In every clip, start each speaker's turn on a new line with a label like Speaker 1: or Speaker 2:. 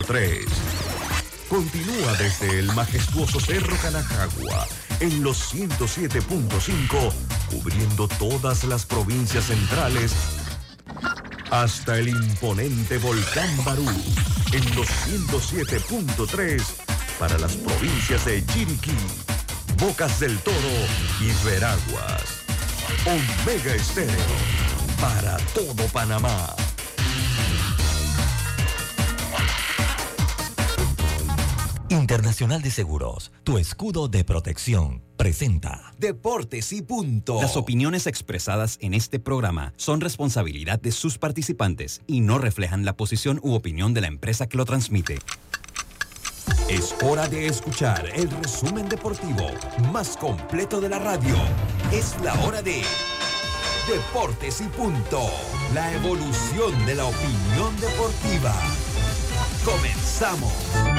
Speaker 1: 107.3. Continúa desde el majestuoso Cerro Canajagua en los 107.5, cubriendo todas las provincias centrales hasta el imponente Volcán Barú en los 107.3 para las provincias de Chiriquí, Bocas del Toro y Veraguas. Omega Estéreo para todo Panamá.
Speaker 2: Internacional de Seguros, tu escudo de protección, presenta
Speaker 3: Deportes y Punto.
Speaker 4: Las opiniones expresadas en este programa son responsabilidad de sus participantes y no reflejan la posición u opinión de la empresa que lo transmite.
Speaker 3: Es hora de escuchar el resumen deportivo más completo de la radio. Es la hora de Deportes y Punto. La evolución de la opinión deportiva. Comenzamos.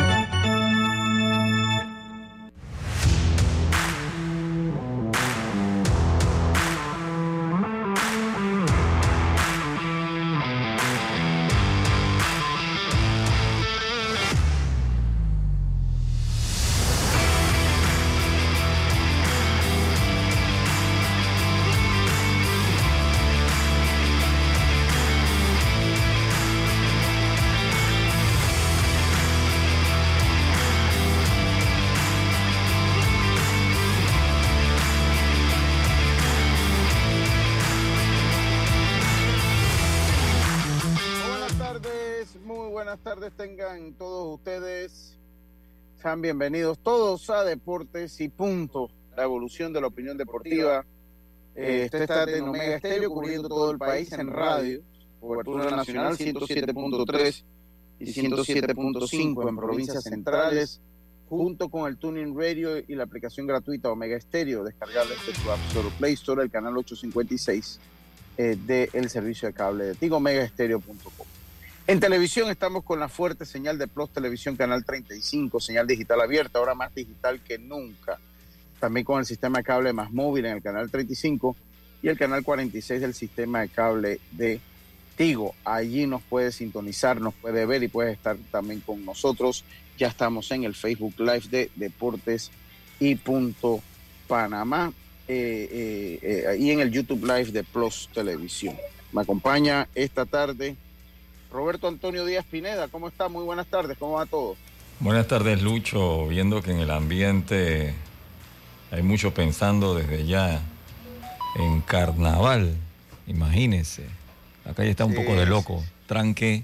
Speaker 5: Tengan todos ustedes, sean bienvenidos todos a Deportes y Punto, la evolución de la opinión deportiva. Usted está en Omega Estéreo cubriendo todo el país en radio, cobertura nacional 107.3 y 107.5 en provincias centrales, junto con el Tuning Radio y la aplicación gratuita Omega Estéreo, descargable desde su App Store o Play Store, el canal 856 del servicio de cable de Tigo, omegaestereo.com. En televisión estamos con la fuerte señal de Plus Televisión, Canal 35, señal digital abierta, ahora más digital que nunca. También con el sistema de cable más móvil en el Canal 35 y el Canal 46 del sistema de cable de Tigo. Allí nos puede sintonizar, nos puede ver y puede estar también con nosotros. Ya estamos en el Facebook Live de Deportes y Punto Panamá y en el YouTube Live de Plus Televisión. Me acompaña esta tarde Roberto Antonio Díaz Pineda. ¿Cómo está? Muy buenas tardes, ¿cómo va todo?
Speaker 6: Buenas tardes, Lucho. Viendo que en el ambiente hay mucho pensando desde ya en carnaval. Imagínense, la calle está un poco de loco. Tranque,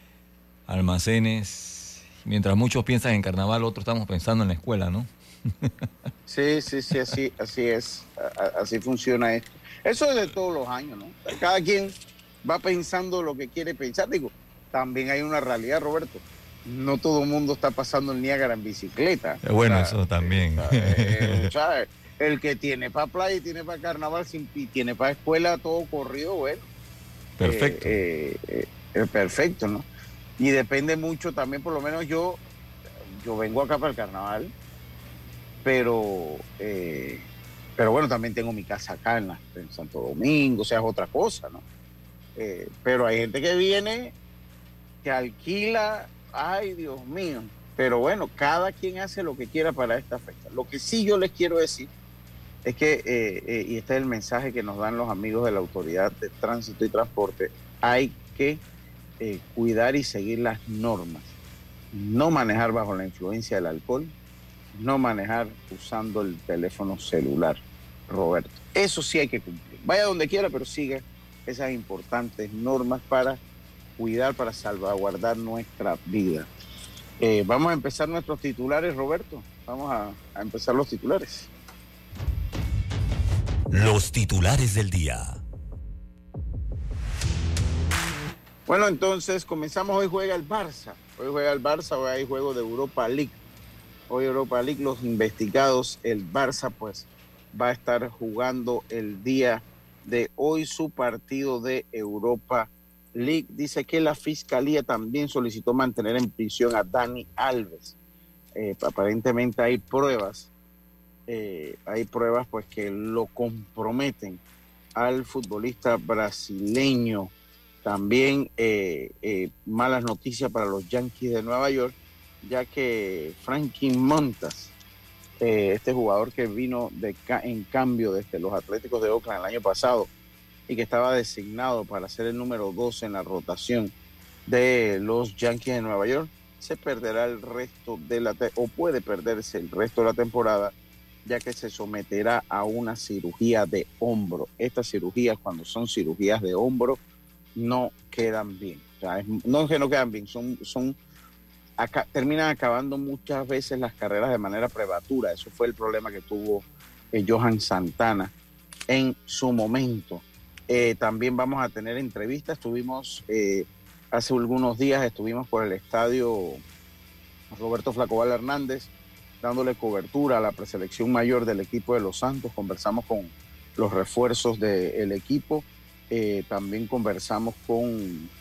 Speaker 6: almacenes. Mientras muchos piensan en carnaval, otros estamos pensando en la escuela, ¿no?
Speaker 5: Sí, así es. Así funciona esto. Eso es de todos los años, ¿no? Cada quien va pensando lo que quiere pensar. Digo, también hay una realidad, Roberto. No todo el mundo está pasando el Niágara en bicicleta.
Speaker 6: Bueno, o sea, eso también.
Speaker 5: El que tiene para playa y tiene para carnaval y tiene para escuela todo corrido, bueno.
Speaker 6: Perfecto.
Speaker 5: Perfecto, ¿no? Y depende mucho también, por lo menos yo vengo acá para el carnaval, pero bueno, también tengo mi casa acá en Santo Domingo, o sea, es otra cosa, ¿no? Pero hay gente que viene, que alquila, ay Dios mío, pero bueno, cada quien hace lo que quiera para esta fecha. Lo que sí yo les quiero decir es que, y este es el mensaje que nos dan los amigos de la Autoridad de Tránsito y Transporte, hay que cuidar y seguir las normas, no manejar bajo la influencia del alcohol, no manejar usando el teléfono celular, Roberto. Eso sí hay que cumplir. Vaya donde quiera, pero siga esas importantes normas para cuidar, para salvaguardar nuestra vida. Vamos a empezar nuestros titulares, Roberto. Vamos a empezar los titulares.
Speaker 2: Los titulares del día.
Speaker 5: Bueno, entonces comenzamos. Hoy juega el Barça. Hoy hay juego de Europa League. Hoy Europa League, los investigados, el Barça pues va a estar jugando el día de hoy su partido de Europa League. Dice que la Fiscalía también solicitó mantener en prisión a Dani Alves. Aparentemente hay pruebas pues que lo comprometen al futbolista brasileño También malas noticias para los Yankees de Nueva York, ya que Frankie Montas, este jugador que vino en cambio desde los Atléticos de Oakland el año pasado y que estaba designado para ser el número 2 en la rotación de los Yankees de Nueva York, se perderá el resto o puede perderse el resto de la temporada, ya que se someterá a una cirugía de hombro. Estas cirugías, cuando son cirugías de hombro, no quedan bien. O sea, no es que no quedan bien, terminan acabando muchas veces las carreras de manera prematura. Eso fue el problema que tuvo Johan Santana en su momento. También vamos a tener entrevistas. Hace algunos días estuvimos por el estadio Roberto Flacobal Hernández, dándole cobertura a la preselección mayor del equipo de Los Santos. Conversamos con los refuerzos del equipo. También conversamos con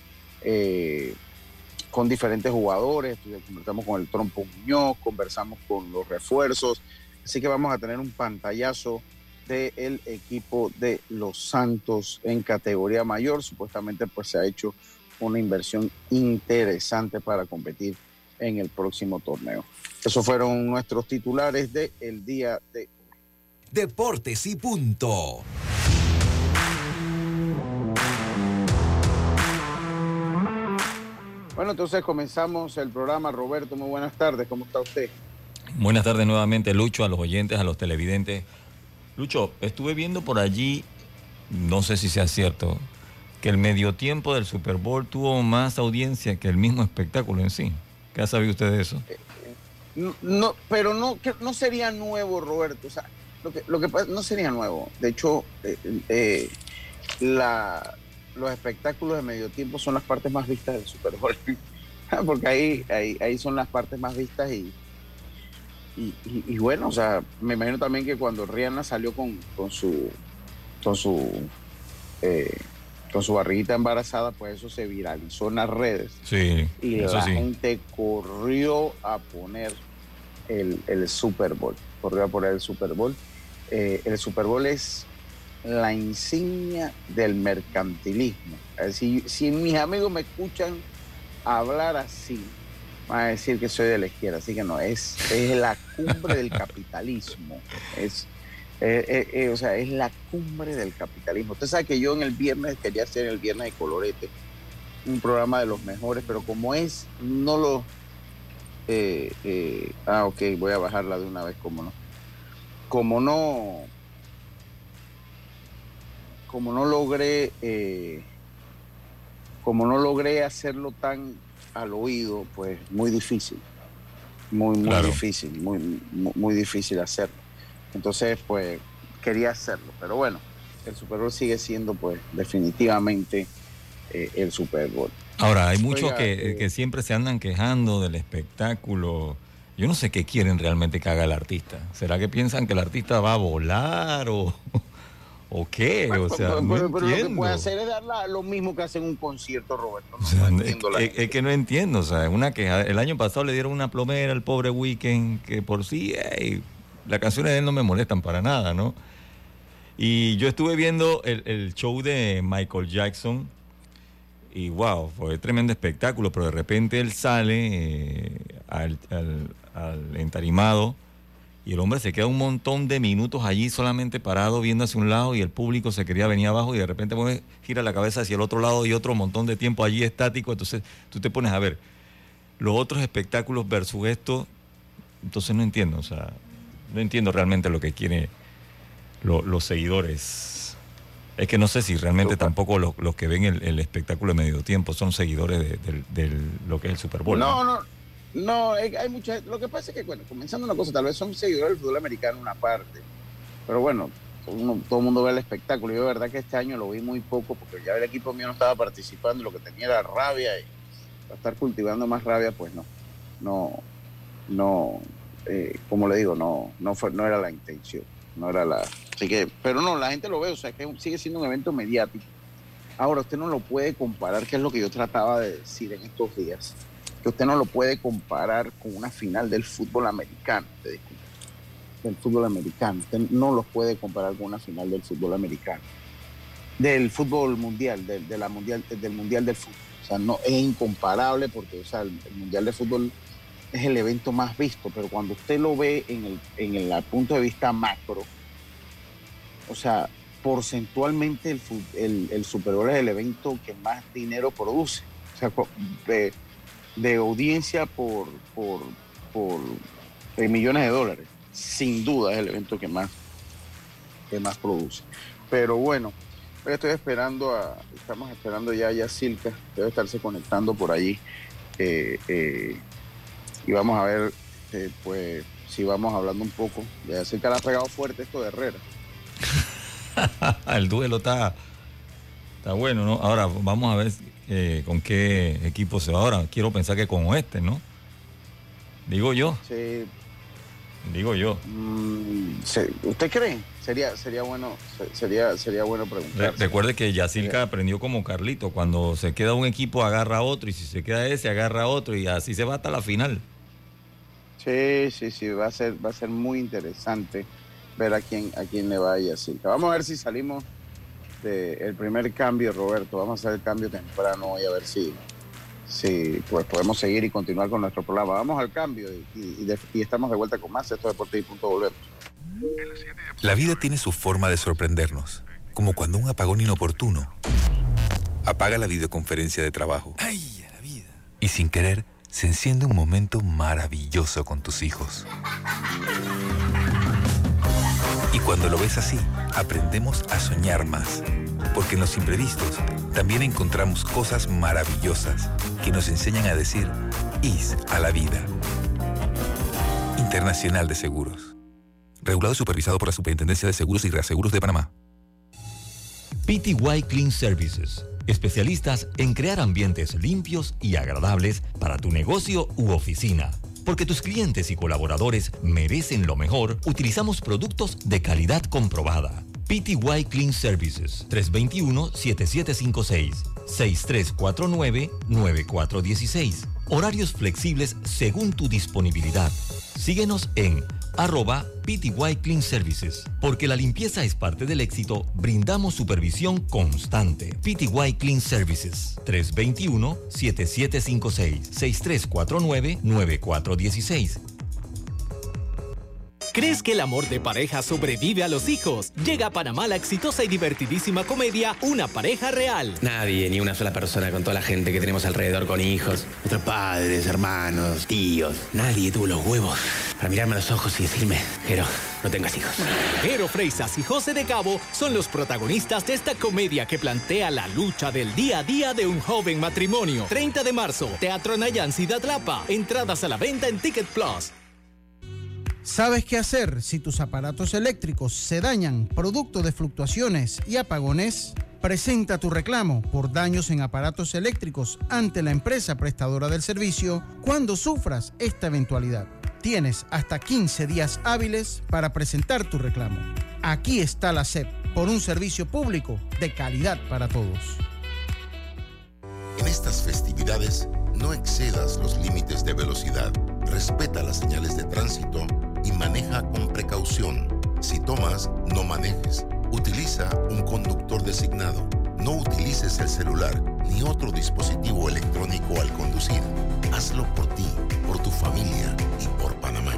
Speaker 5: diferentes jugadores, conversamos con el Trompo Muñoz, conversamos con los refuerzos, así que vamos a tener un pantallazo del equipo de Los Santos en categoría mayor. Supuestamente pues se ha hecho una inversión interesante para competir en el próximo torneo. Esos fueron nuestros titulares del día de hoy.
Speaker 3: Deportes y punto.
Speaker 5: Bueno, entonces comenzamos el programa. Roberto, muy buenas tardes. ¿Cómo está usted?
Speaker 6: Buenas tardes nuevamente, Lucho, a los oyentes, a los televidentes. Lucho, estuve viendo por allí, no sé si sea cierto, que el medio tiempo del Super Bowl tuvo más audiencia que el mismo espectáculo en sí. ¿Qué ha sabido usted de eso?
Speaker 5: No, pero no sería nuevo, Roberto. O sea, lo que pasa, no sería nuevo. De hecho, los espectáculos de medio tiempo son las partes más vistas del Super Bowl. Porque ahí son las partes más vistas y bueno, o sea, me imagino también que cuando Rihanna salió con su barriguita embarazada, pues eso se viralizó en las redes.
Speaker 6: Sí,
Speaker 5: y la gente corrió a poner el Super Bowl. Corrió a poner el Super Bowl. El Super Bowl es la insignia del mercantilismo. Si mis amigos me escuchan hablar así, van a decir que soy de la izquierda, así que no, es la cumbre del capitalismo. O sea, es la cumbre del capitalismo. Usted sabe que yo en el viernes quería hacer el viernes de colorete, un programa de los mejores, pero como no lo... ok, voy a bajarla de una vez, como no logré hacerlo tan al oído, pues muy difícil, muy claro. Difícil, muy difícil hacerlo. Entonces, pues quería hacerlo, pero bueno, el Super Bowl sigue siendo, pues, definitivamente el Super Bowl.
Speaker 6: Ahora, hay muchos que siempre se andan quejando del espectáculo. Yo no sé qué quieren realmente que haga el artista. ¿Será que piensan que el artista va a volar o qué? O sea,
Speaker 5: pero
Speaker 6: no
Speaker 5: lo que
Speaker 6: entiendo.
Speaker 5: puede hacer es dar lo mismo que hace en un concierto, Roberto.
Speaker 6: No entiendo es que no entiendo. O sea, es una queja. El año pasado le dieron una plomera al pobre Weeknd, que por sí, las canciones de él no me molestan para nada, ¿no? Y yo estuve viendo el show de Michael Jackson y wow, fue tremendo espectáculo, pero de repente él sale al entarimado y el hombre se queda un montón de minutos allí solamente parado viendo hacia un lado y el público se quería venir abajo y de repente gira la cabeza hacia el otro lado y otro montón de tiempo allí estático. Entonces tú te pones a ver los otros espectáculos versus esto, entonces no entiendo, o sea, no entiendo realmente lo que quieren los seguidores. Es que no sé si realmente tampoco los que ven el espectáculo de medio tiempo son seguidores de lo que es el Super Bowl.
Speaker 5: No, hay mucha. Lo que pasa es que, bueno, comenzando una cosa, tal vez son seguidores del fútbol americano una parte, pero bueno, todo el mundo ve el espectáculo. Yo de verdad que este año lo vi muy poco porque ya el equipo mío no estaba participando y lo que tenía era rabia y para estar cultivando más rabia, pues no, como le digo, no era la intención, así que, pero no, la gente lo ve, o sea, que sigue siendo un evento mediático. Ahora, usted no lo puede comparar, que es lo que yo trataba de decir en estos días, que usted no lo puede comparar con una final del fútbol americano, del fútbol americano. Usted no los puede comparar con una final del fútbol americano. del fútbol mundial, del mundial del fútbol. O sea, no es incomparable porque, o sea, el mundial de fútbol es el evento más visto, pero cuando usted lo ve en el punto de vista macro, o sea, porcentualmente el Super Bowl es el evento que más dinero produce. O sea, de audiencia por millones de dólares. Sin duda es el evento que más produce. Pero bueno, estamos esperando ya a Yacirca, debe estarse conectando por allí. Y vamos a ver, pues, si vamos hablando un poco. Yacirca le ha pegado fuerte esto de Herrera.
Speaker 6: El duelo está bueno, ¿no? Ahora vamos a ver con qué equipo se va. Ahora quiero pensar que con Oeste, ¿no? Digo yo.
Speaker 5: Sí.
Speaker 6: Digo yo.
Speaker 5: ¿Usted cree? Sería bueno preguntar.
Speaker 6: Recuerde que Yacirca aprendió como Carlito. Cuando se queda un equipo agarra a otro, y si se queda ese agarra a otro, y así se va hasta la final.
Speaker 5: Sí, va a ser muy interesante ver a quién le va a Yacirca. Vamos a ver si salimos del primer cambio, Roberto. Vamos a hacer el cambio temprano hoy, a ver si pues podemos seguir y continuar con nuestro programa. Vamos al cambio y estamos de vuelta con más. Esto es Deportes y Punto, volvemos.
Speaker 7: La vida tiene su forma de sorprendernos, como cuando un apagón inoportuno apaga la videoconferencia de trabajo.
Speaker 3: ¡Ay, a la vida!
Speaker 7: Y sin querer, se enciende un momento maravilloso con tus hijos. Y cuando lo ves así, aprendemos a soñar más. Porque en los imprevistos también encontramos cosas maravillosas que nos enseñan a decir IS a la vida. Internacional de Seguros. Regulado y supervisado por la Superintendencia de Seguros y Reaseguros de Panamá.
Speaker 2: PTY Clean Services. Especialistas en crear ambientes limpios y agradables para tu negocio u oficina. Porque tus clientes y colaboradores merecen lo mejor, utilizamos productos de calidad comprobada. PTY Clean Services, 321-7756, 6349-9416. Horarios flexibles según tu disponibilidad. Síguenos en @PTY Clean Services. Porque la limpieza es parte del éxito, brindamos supervisión constante. PTY Clean Services, 321-7756, 6349-9416.
Speaker 8: ¿Crees que el amor de pareja sobrevive a los hijos? Llega a Panamá la exitosa y divertidísima comedia Una pareja real.
Speaker 9: Nadie, ni una sola persona con toda la gente que tenemos alrededor con hijos, nuestros padres, hermanos, tíos. Nadie tuvo los huevos para mirarme a los ojos y decirme, Jero, no tengas hijos.
Speaker 8: Jero Freisas y José de Cabo son los protagonistas de esta comedia que plantea la lucha del día a día de un joven matrimonio. 30 de marzo, Teatro Nayansi de Atlapa. Entradas a la venta en Ticket Plus.
Speaker 10: ¿Sabes qué hacer si tus aparatos eléctricos se dañan producto de fluctuaciones y apagones? Presenta tu reclamo por daños en aparatos eléctricos ante la empresa prestadora del servicio cuando sufras esta eventualidad. Tienes hasta 15 días hábiles para presentar tu reclamo. Aquí está la SEP, por un servicio público de calidad para todos.
Speaker 11: En estas festividades, no excedas los límites de velocidad. Respeta las señales de tránsito y maneja con precaución. Si tomas, no manejes. Utiliza un conductor designado. No utilices el celular ni otro dispositivo electrónico al conducir. Hazlo por ti, por tu familia y por Panamá.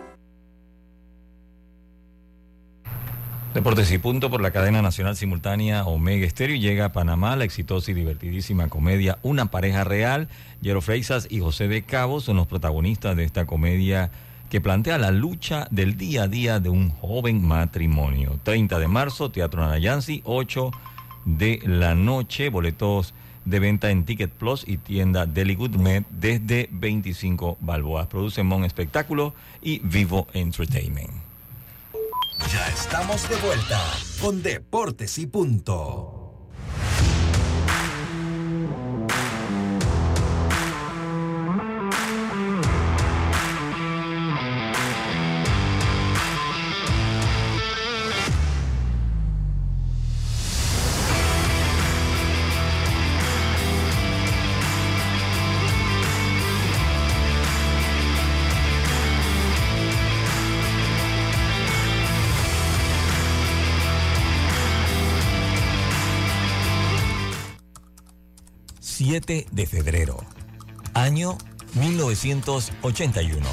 Speaker 6: Deportes y Punto por la cadena nacional simultánea Omega Estéreo. Llega a Panamá la exitosa y divertidísima comedia Una pareja real. Jero Freisas y José de Cabo son los protagonistas de esta comedia que plantea la lucha del día a día de un joven matrimonio. 30 de marzo, Teatro Nayansi, 8 de la noche. Boletos de venta en Ticket Plus y tienda Deli Gourmet desde 25 balboas. Produce Mon Espectáculo y Vivo Entertainment.
Speaker 3: Ya estamos de vuelta con Deportes y Punto.
Speaker 2: 7 de febrero, año 1981.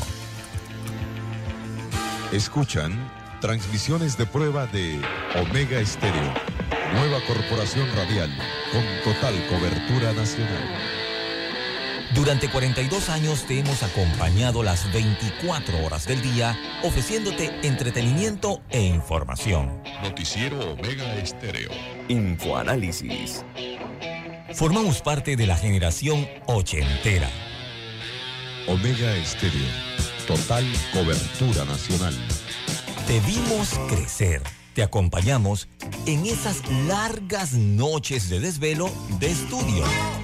Speaker 12: Escuchan transmisiones de prueba de Omega Estéreo, nueva corporación radial con total cobertura nacional.
Speaker 2: Durante 42 años te hemos acompañado las 24 horas del día, ofreciéndote entretenimiento e información.
Speaker 12: Noticiero Omega Estéreo.
Speaker 1: Infoanálisis.
Speaker 2: Formamos parte de la generación ochentera.
Speaker 12: Omega Estéreo, total cobertura nacional.
Speaker 2: Te vimos crecer, te acompañamos en esas largas noches de desvelo de estudio.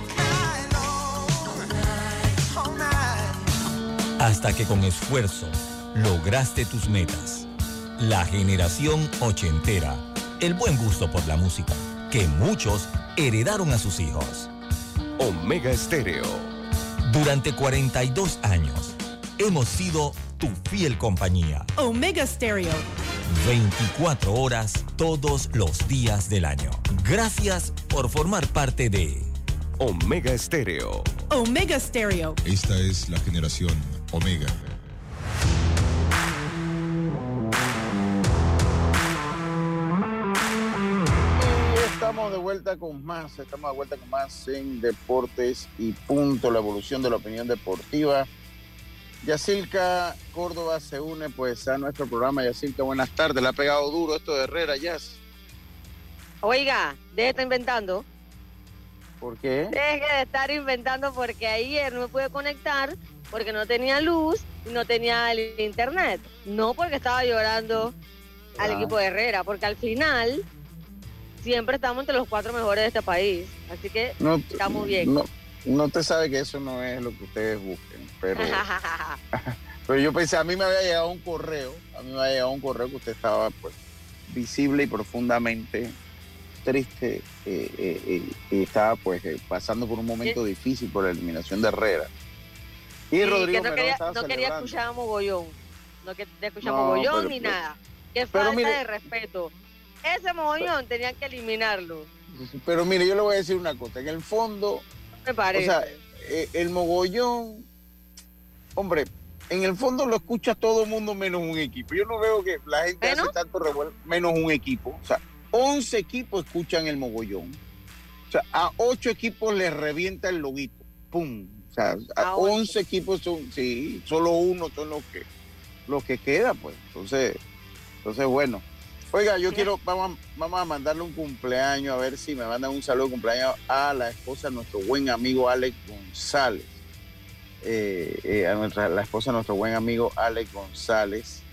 Speaker 2: Hasta que con esfuerzo lograste tus metas. La generación ochentera, el buen gusto por la música, que muchos heredaron a sus hijos.
Speaker 1: Omega Estéreo.
Speaker 2: Durante 42 años, hemos sido tu fiel compañía.
Speaker 13: Omega Stereo.
Speaker 2: 24 horas todos los días del año. Gracias por formar parte de
Speaker 1: Omega Estéreo.
Speaker 13: Omega Stereo.
Speaker 12: Esta es la generación Omega.
Speaker 5: Estamos de vuelta con más en Deportes y Punto, la evolución de la opinión deportiva. Yacilca Córdoba se une pues a nuestro programa. Yacilca, buenas tardes. Le ha pegado duro esto de Herrera, Yas.
Speaker 14: Oiga, deje de estar inventando.
Speaker 5: ¿Por qué?
Speaker 14: Deje de estar inventando porque ayer no me pude conectar porque no tenía luz y no tenía el internet. No porque estaba llorando al equipo de Herrera, porque al final siempre estamos entre los 4 mejores de este país. Así que estamos bien.
Speaker 5: No te sabe que eso no es lo que ustedes busquen, pero yo pensé, a mí me había llegado un correo que usted estaba pues visible y profundamente triste y estaba pues pasando por un momento difícil por la eliminación de Herrera. Y
Speaker 14: sí,
Speaker 5: Rodrigo
Speaker 14: que no quería escuchar a Mogollón, no quería escuchar a Mogollón ni nada. Qué falta de respeto. Ese Mogollón tenían que eliminarlo.
Speaker 5: Pero mire, yo le voy a decir una cosa, en el fondo,
Speaker 14: me parece.
Speaker 5: O sea, el Mogollón, hombre, en el fondo lo escucha todo el mundo menos un equipo. Yo no veo que la gente hace tanto revuelo menos un equipo. O sea, 11 equipos escuchan el Mogollón. O sea, a 8 equipos les revienta el loguito. ¡Pum! O sea, a 11 equipos solo uno son los que queda, pues. Entonces bueno. Oiga, vamos a mandarle un cumpleaños, a ver si me mandan un saludo de cumpleaños a la esposa de nuestro buen amigo Alex González. La esposa de nuestro buen amigo Alex González.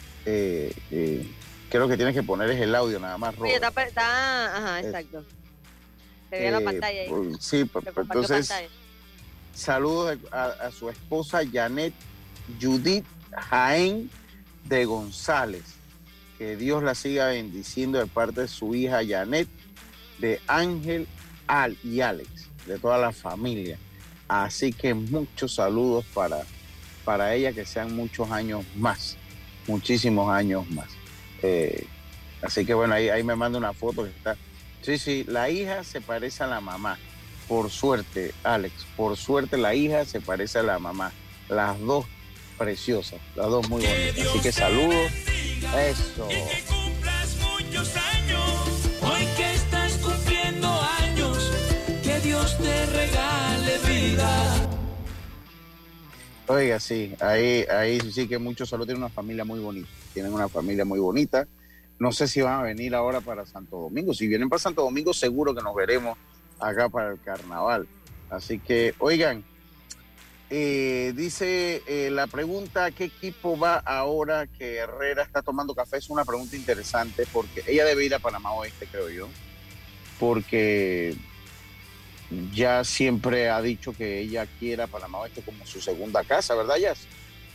Speaker 5: Creo que tienes que poner el audio nada más, Robert.
Speaker 14: Ajá, exacto. Se ve la pantalla ahí.
Speaker 5: Sí, entonces, saludos a su esposa Janet Judith Jaén de González. Que Dios la siga bendiciendo de parte de su hija Janet, de Ángel y Alex, de toda la familia. Así que muchos saludos para ella, que sean muchos años más, muchísimos años más. Así que bueno, ahí me manda una foto que está. Sí, la hija se parece a la mamá. Por suerte, Alex, la hija se parece a la mamá. Las dos preciosas, las dos muy bonitas. Así que saludos. Eso.
Speaker 15: Que cumplas muchos años, hoy que estás cumpliendo años, que Dios te regale vida.
Speaker 5: Oiga, sí, ahí sí que muchos solo tienen una familia muy bonita. No sé si van a venir ahora para Santo Domingo. Si vienen para Santo Domingo, seguro que nos veremos acá para el carnaval. Así que, oigan, dice la pregunta, ¿qué equipo va ahora que Herrera está tomando café? Es una pregunta interesante porque ella debe ir a Panamá Oeste, creo yo, porque ya siempre ha dicho que ella quiere a Panamá Oeste como su segunda casa, ¿verdad, Jazz?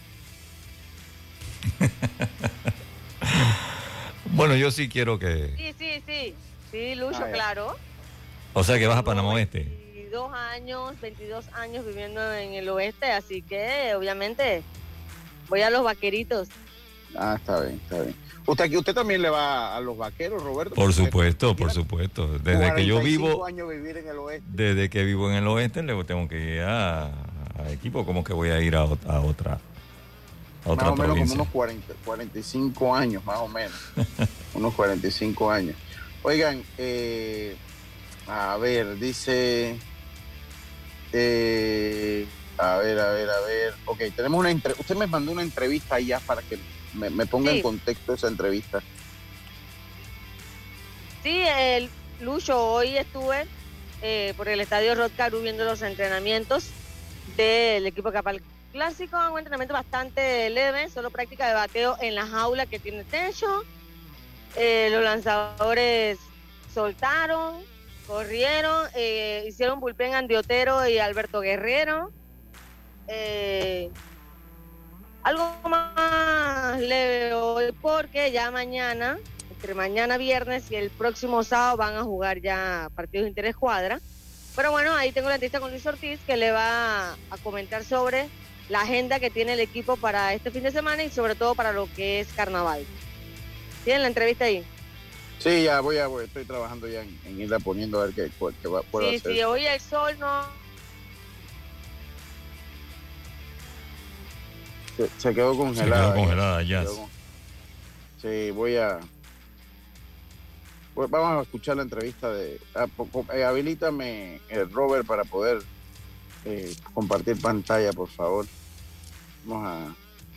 Speaker 6: Bueno, yo sí quiero que...
Speaker 14: Sí, Lucho, claro.
Speaker 6: O sea que vas a Panamá Oeste.
Speaker 14: 22 años viviendo en el oeste, así que obviamente voy a los vaqueritos.
Speaker 5: Ah, está bien, está bien. ¿Usted también le va a los Vaqueros, Roberto?
Speaker 6: Por supuesto, por supuesto. Desde que yo vivo,
Speaker 5: años vivir en el oeste.
Speaker 6: desde que vivo en el oeste, luego tengo que ir a equipo, como que voy a ir a otra
Speaker 5: más o menos
Speaker 6: provincia.
Speaker 5: como unos 45 años, más o menos. Unos 45 años. Oigan, a ver, dice... a ver. Ok, tenemos una entrevista. Usted me mandó una entrevista ahí ya para que me ponga en contexto esa entrevista.
Speaker 14: Sí, Lucho, hoy estuve por el estadio Rod Carew viendo los entrenamientos del equipo Capal Clásico. Un entrenamiento bastante leve, solo práctica de bateo en la jaula que tiene techo. Los lanzadores soltaron, corrieron, hicieron bullpen Andy Otero y Alberto Guerrero. Algo más leve hoy porque ya mañana, entre mañana viernes y el próximo sábado van a jugar ya partidos interescuadra. Pero bueno, ahí tengo la entrevista con Luis Ortiz que le va a comentar sobre la agenda que tiene el equipo para este fin de semana y sobre todo para lo que es carnaval. ¿Tienen la entrevista ahí?
Speaker 5: Sí, ya estoy trabajando ya en irla poniendo a ver qué puedo hacer.
Speaker 14: Sí, hoy el sol no...
Speaker 5: Se quedó congelada.
Speaker 6: Se quedó congelada ya.
Speaker 5: Sí, vamos a escuchar la entrevista de... habilítame, Robert, para poder compartir pantalla, por favor. Vamos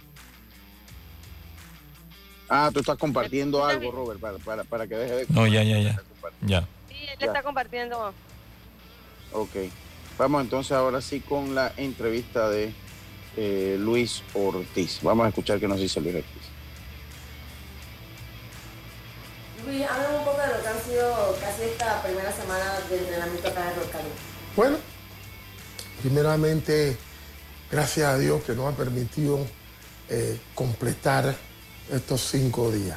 Speaker 5: a... tú estás compartiendo algo, Robert, para que deje de...
Speaker 6: No, ya.
Speaker 14: Sí, él está compartiendo.
Speaker 5: Ok. Vamos entonces ahora sí con la entrevista de Luis Ortiz. Vamos a escuchar qué nos dice Luis Ortiz.
Speaker 16: Luis, háblame un poco de lo que han sido casi esta primera semana de entrenamiento acá en Rod Carew.
Speaker 17: Bueno, primeramente, gracias a Dios que nos ha permitido completar estos 5 días.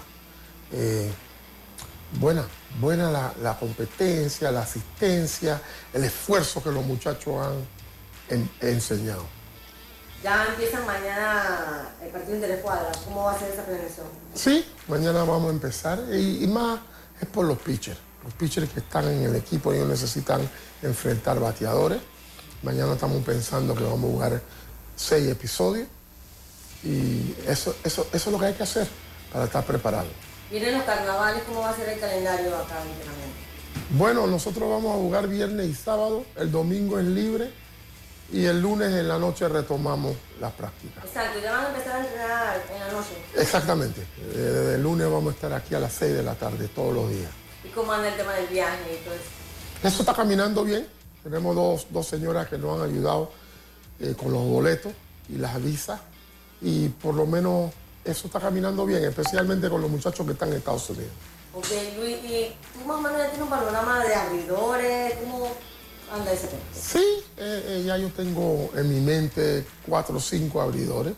Speaker 17: Buena la competencia, la asistencia, el esfuerzo que los muchachos han enseñado.
Speaker 16: Ya empiezan mañana el partido interescuadra. ¿Cómo va a ser esa planeación?
Speaker 17: Sí, mañana vamos a empezar y más es por los pitchers. Los pitchers que están en el equipo, ellos necesitan enfrentar bateadores. Mañana estamos pensando que vamos a jugar 6 episodios y eso es lo que hay que hacer para estar preparado.
Speaker 16: Vienen los carnavales, ¿cómo va a ser el calendario acá en entrenamiento?
Speaker 17: Bueno, nosotros vamos a jugar viernes y sábado, el domingo es libre y el lunes en la noche retomamos las prácticas.
Speaker 16: Exacto, ya van a empezar a entrenar en la noche.
Speaker 17: Exactamente, desde el lunes vamos a estar aquí a las 6 de la tarde todos los días.
Speaker 16: ¿Y cómo anda el tema del viaje y todo eso?
Speaker 17: Eso está caminando bien, tenemos dos señoras que nos han ayudado con los boletos y las visas y por lo menos eso está caminando bien, especialmente con los muchachos que están en Estados Unidos.
Speaker 16: Ok, Luis, ¿y tú más o menos ya tienes un panorama de abridores? ¿Cómo anda ese tema?
Speaker 17: Sí, ya yo tengo en mi mente 4 o 5 abridores.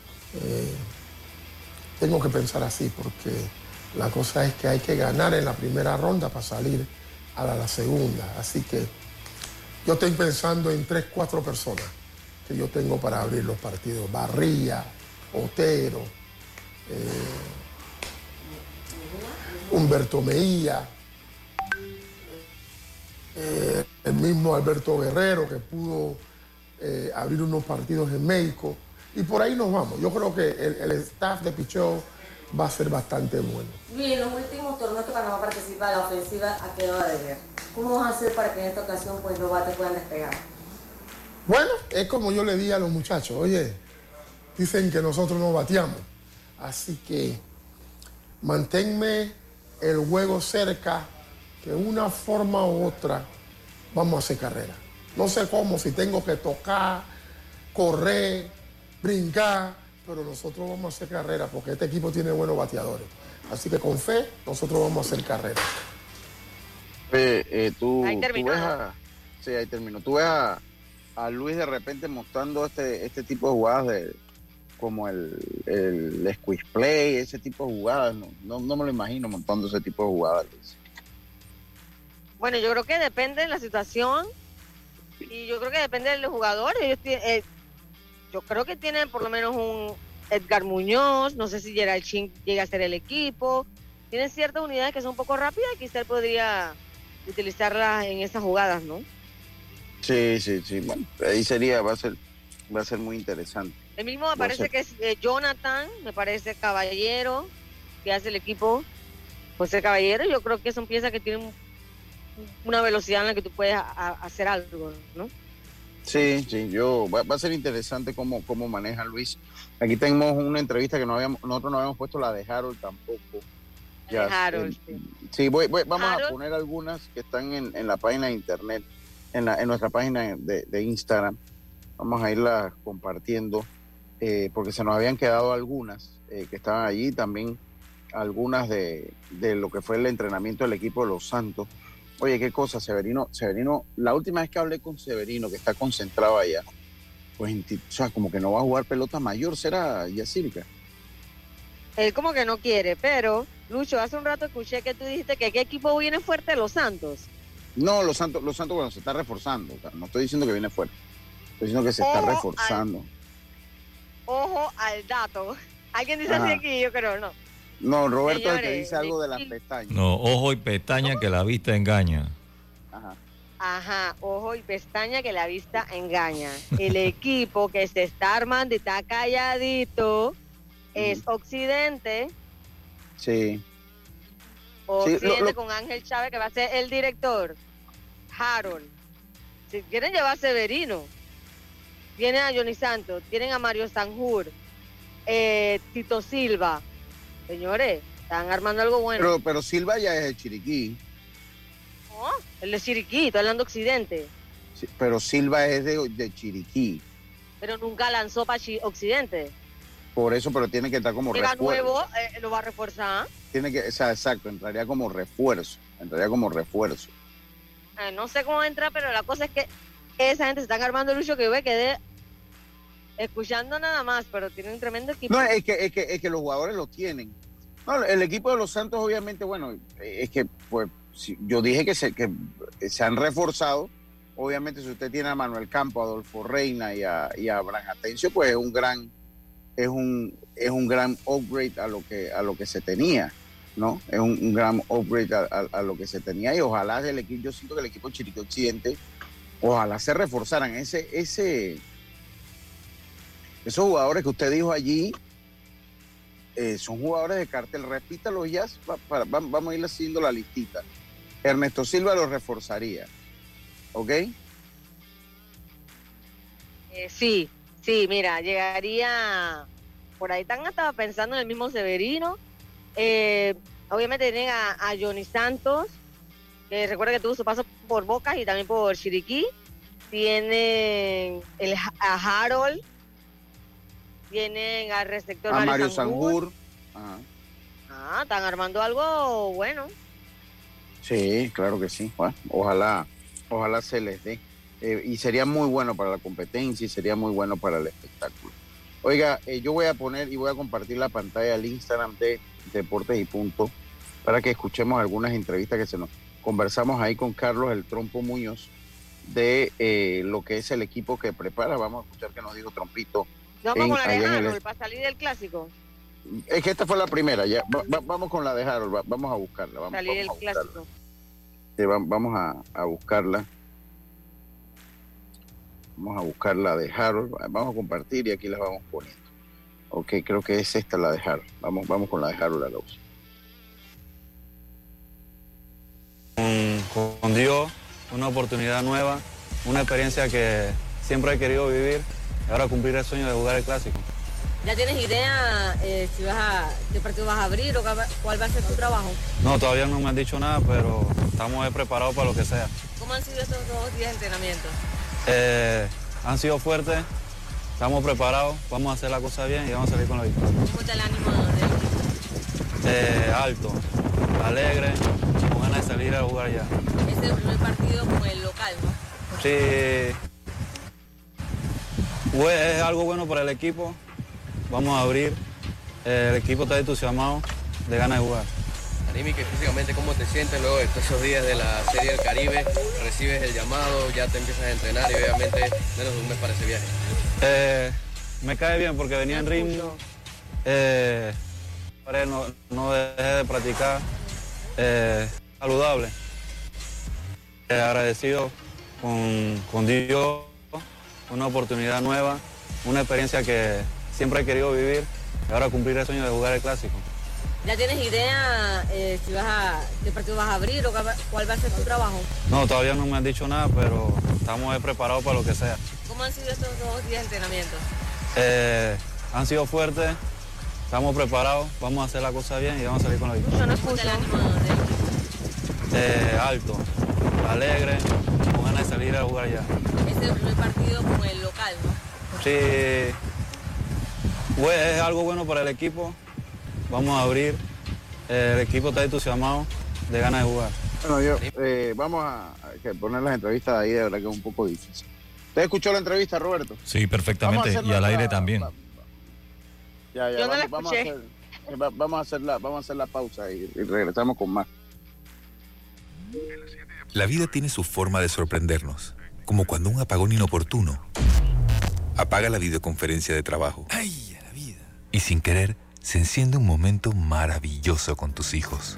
Speaker 17: Tengo que pensar así porque la cosa es que hay que ganar en la primera ronda para salir a la segunda. Así que yo estoy pensando en 3, 4 personas que yo tengo para abrir los partidos. Barría, Otero, Humberto Mejía, el mismo Alberto Guerrero que pudo abrir unos partidos en México y por ahí nos vamos. Yo creo que el staff de picheo va a ser bastante bueno.
Speaker 16: Luis, en los últimos torneos que Panamá participa, la ofensiva ha quedado a deber. ¿Cómo vas a hacer para que en esta ocasión pues, los bates puedan despegar?
Speaker 17: Bueno, es como yo le di a los muchachos, oye, dicen que nosotros no bateamos, así que manténme el juego cerca, que de una forma u otra vamos a hacer carrera. No sé cómo, si tengo que tocar, correr, brincar, pero nosotros vamos a hacer carrera porque este equipo tiene buenos bateadores. Así que con fe, nosotros vamos a hacer carrera.
Speaker 14: Ahí terminó.
Speaker 5: Sí, ahí terminó. Tú ves a Luis de repente mostrando este tipo de jugadas como el squeeze play, ese tipo de jugadas. No me lo imagino montando ese tipo de jugadas, Luis.
Speaker 14: Bueno, yo creo que depende de la situación y yo creo que depende del jugador. Ellos yo creo que tienen por lo menos Edgar Muñoz, no sé si Gerald Chin llega a ser el equipo. Tienen ciertas unidades que son un poco rápidas y quizá él podría utilizarlas en esas jugadas, ¿no?
Speaker 5: Sí. Bueno, ahí va a ser muy interesante.
Speaker 14: El mismo me parece que es Jonathan, me parece Caballero, que hace el equipo. José Caballero, yo creo que son piezas que tienen una velocidad en la que tú puedes hacer algo, ¿no?
Speaker 5: Sí, va a ser interesante cómo maneja Luis. Aquí tenemos una entrevista que nosotros no habíamos puesto, la de Harold tampoco. Ya,
Speaker 14: Harold,
Speaker 5: sí, vamos Harold. A poner algunas que están en la página de internet, en nuestra página de Instagram. Vamos a irlas compartiendo, porque se nos habían quedado algunas que estaban allí, también algunas de lo que fue el entrenamiento del equipo de los Santos. Oye, qué cosa, Severino, la última vez que hablé con Severino, que está concentrado allá, pues, o sea, como que no va a jugar pelota mayor, ¿será, Yacirca?
Speaker 14: Él como que no quiere, pero, Lucho, hace un rato escuché que tú dijiste que qué equipo viene fuerte, los Santos.
Speaker 5: No, los Santos, bueno, se está reforzando, o sea, no estoy diciendo que viene fuerte, estoy diciendo que se está reforzando.
Speaker 14: Ojo al dato. Alguien dice así aquí, yo creo, no.
Speaker 5: No, Roberto,
Speaker 14: señores,
Speaker 5: es el que dice algo de las pestañas.
Speaker 6: No, ojo y pestaña que la vista engaña.
Speaker 14: Ajá, ojo y pestaña que la vista engaña. El equipo que se está armando y está calladito es Occidente.
Speaker 5: Sí.
Speaker 14: Occidente con Ángel Chávez, que va a ser el director. Harold. Si quieren llevar a Severino, tienen a Johnny Santos, tienen a Mario Sanjur, Tito Silva. Señores, están armando algo bueno.
Speaker 5: Pero Silva ya es el Chiriquí.
Speaker 14: No, el de Chiriquí, estoy hablando Occidente.
Speaker 5: Sí, pero Silva es de Chiriquí.
Speaker 14: Pero nunca lanzó para Occidente.
Speaker 5: Por eso, pero tiene que estar como refuerzo.
Speaker 14: Nuevo, lo va a reforzar.
Speaker 5: Tiene que, o sea, exacto, entraría como refuerzo.
Speaker 14: No sé cómo entra, pero la cosa es que esa gente se están armando, Lucho, que yo me quedé escuchando nada más, pero tienen un tremendo equipo.
Speaker 5: No, es que los jugadores lo tienen. No, el equipo de los Santos, obviamente, bueno, es que pues yo dije que se han reforzado. Obviamente, si usted tiene a Manuel Campo, a Adolfo Reina y a Abraham Atencio, pues es un gran upgrade a lo que se tenía, ¿no? Es un gran upgrade a lo que se tenía, y ojalá yo siento que el equipo Chiriquí Occidente, ojalá se reforzaran esos jugadores que usted dijo allí. Son jugadores de cartel. Repítalos ya, vamos a ir haciendo la listita. Ernesto Silva lo reforzaría, ¿ok?
Speaker 14: Sí, mira, llegaría, por ahí estaba pensando en el mismo Severino. Obviamente tienen a Johnny Santos, que recuerda que tuvo su paso por Boca y también por Chiriquí. Tienen a Harold, tienen al receptor
Speaker 5: a Mario Sanjur.
Speaker 14: Están armando algo bueno.
Speaker 5: Sí, claro que sí. Bueno, ojalá se les dé. Y sería muy bueno para la competencia y sería muy bueno para el espectáculo. Oiga, yo voy a poner y voy a compartir la pantalla al Instagram de Deportes y Punto para que escuchemos algunas entrevistas que conversamos ahí con Carlos el Trompo Muñoz de lo que es el equipo que prepara. Vamos a escuchar qué nos dijo Trompito.
Speaker 14: Vamos con la de Harold para salir del clásico.
Speaker 5: Es que esta fue la primera, ya. Vamos con la de Harold, vamos a buscarla.
Speaker 14: Salir del clásico.
Speaker 5: Vamos a buscarla. Vamos a buscar la de Harold. Vamos a compartir y aquí la vamos poniendo. Ok, creo que es esta la de Harold. Vamos con la de Harold a la voz.
Speaker 18: Con Dios, una oportunidad nueva, una experiencia que siempre he querido vivir. Y ahora cumplir el sueño de jugar el clásico.
Speaker 16: ¿Ya tienes idea qué partido vas a abrir o cuál va a ser tu trabajo?
Speaker 18: No, todavía no me han dicho nada, pero estamos preparados para lo que sea.
Speaker 16: ¿Cómo han sido estos 2 días de entrenamiento?
Speaker 18: Han sido fuertes, estamos preparados, vamos a hacer la cosa bien y vamos a salir con la victoria.
Speaker 16: ¿Cómo está el ánimo del equipo?
Speaker 18: Alto, alegre, con ganas de salir a jugar ya.
Speaker 16: Este es el primer partido con el local, ¿no?
Speaker 18: Sí, es algo bueno para el equipo. Vamos a abrir. El equipo está entusiasmado, de ganas de jugar.
Speaker 19: Anímica y físicamente, ¿cómo te sientes luego de esos días de la Serie del Caribe? Recibes el llamado, ya te empiezas a entrenar y obviamente menos de un mes para ese viaje.
Speaker 18: Me cae bien porque venía en ritmo, No dejé de practicar saludable. Agradecido con Dios, una oportunidad nueva, una experiencia que siempre he querido vivir y ahora cumplir el sueño de jugar el clásico.
Speaker 16: ¿Ya tienes idea qué partido vas a abrir o cuál va a ser tu trabajo?
Speaker 18: No, todavía no me han dicho nada, pero estamos preparados para lo que sea.
Speaker 16: ¿Cómo han sido estos 2 días de entrenamiento?
Speaker 18: Han sido fuertes, estamos preparados, vamos a hacer la cosa bien y vamos a salir con la victoria.
Speaker 16: No escucho el ánimo
Speaker 18: Alto, alegre, con ganas de salir a jugar ya.
Speaker 16: Este es el primer partido con el local, ¿no?
Speaker 18: Sí, es algo bueno para el equipo. Vamos a abrir. El equipo está entusiasmado, de ganas de jugar.
Speaker 5: Bueno, vamos a poner las entrevistas ahí, de verdad que es un poco difícil. ¿Usted escuchó la entrevista, Roberto?
Speaker 6: Sí, perfectamente, y al aire también.
Speaker 5: Ya,
Speaker 14: Yo no la escuché.
Speaker 5: Vamos a hacer la pausa y regresamos con más.
Speaker 7: La vida tiene su forma de sorprendernos, como cuando un apagón inoportuno apaga la videoconferencia de trabajo. ¡Ay, a la vida! Y sin querer, se enciende un momento maravilloso con tus hijos.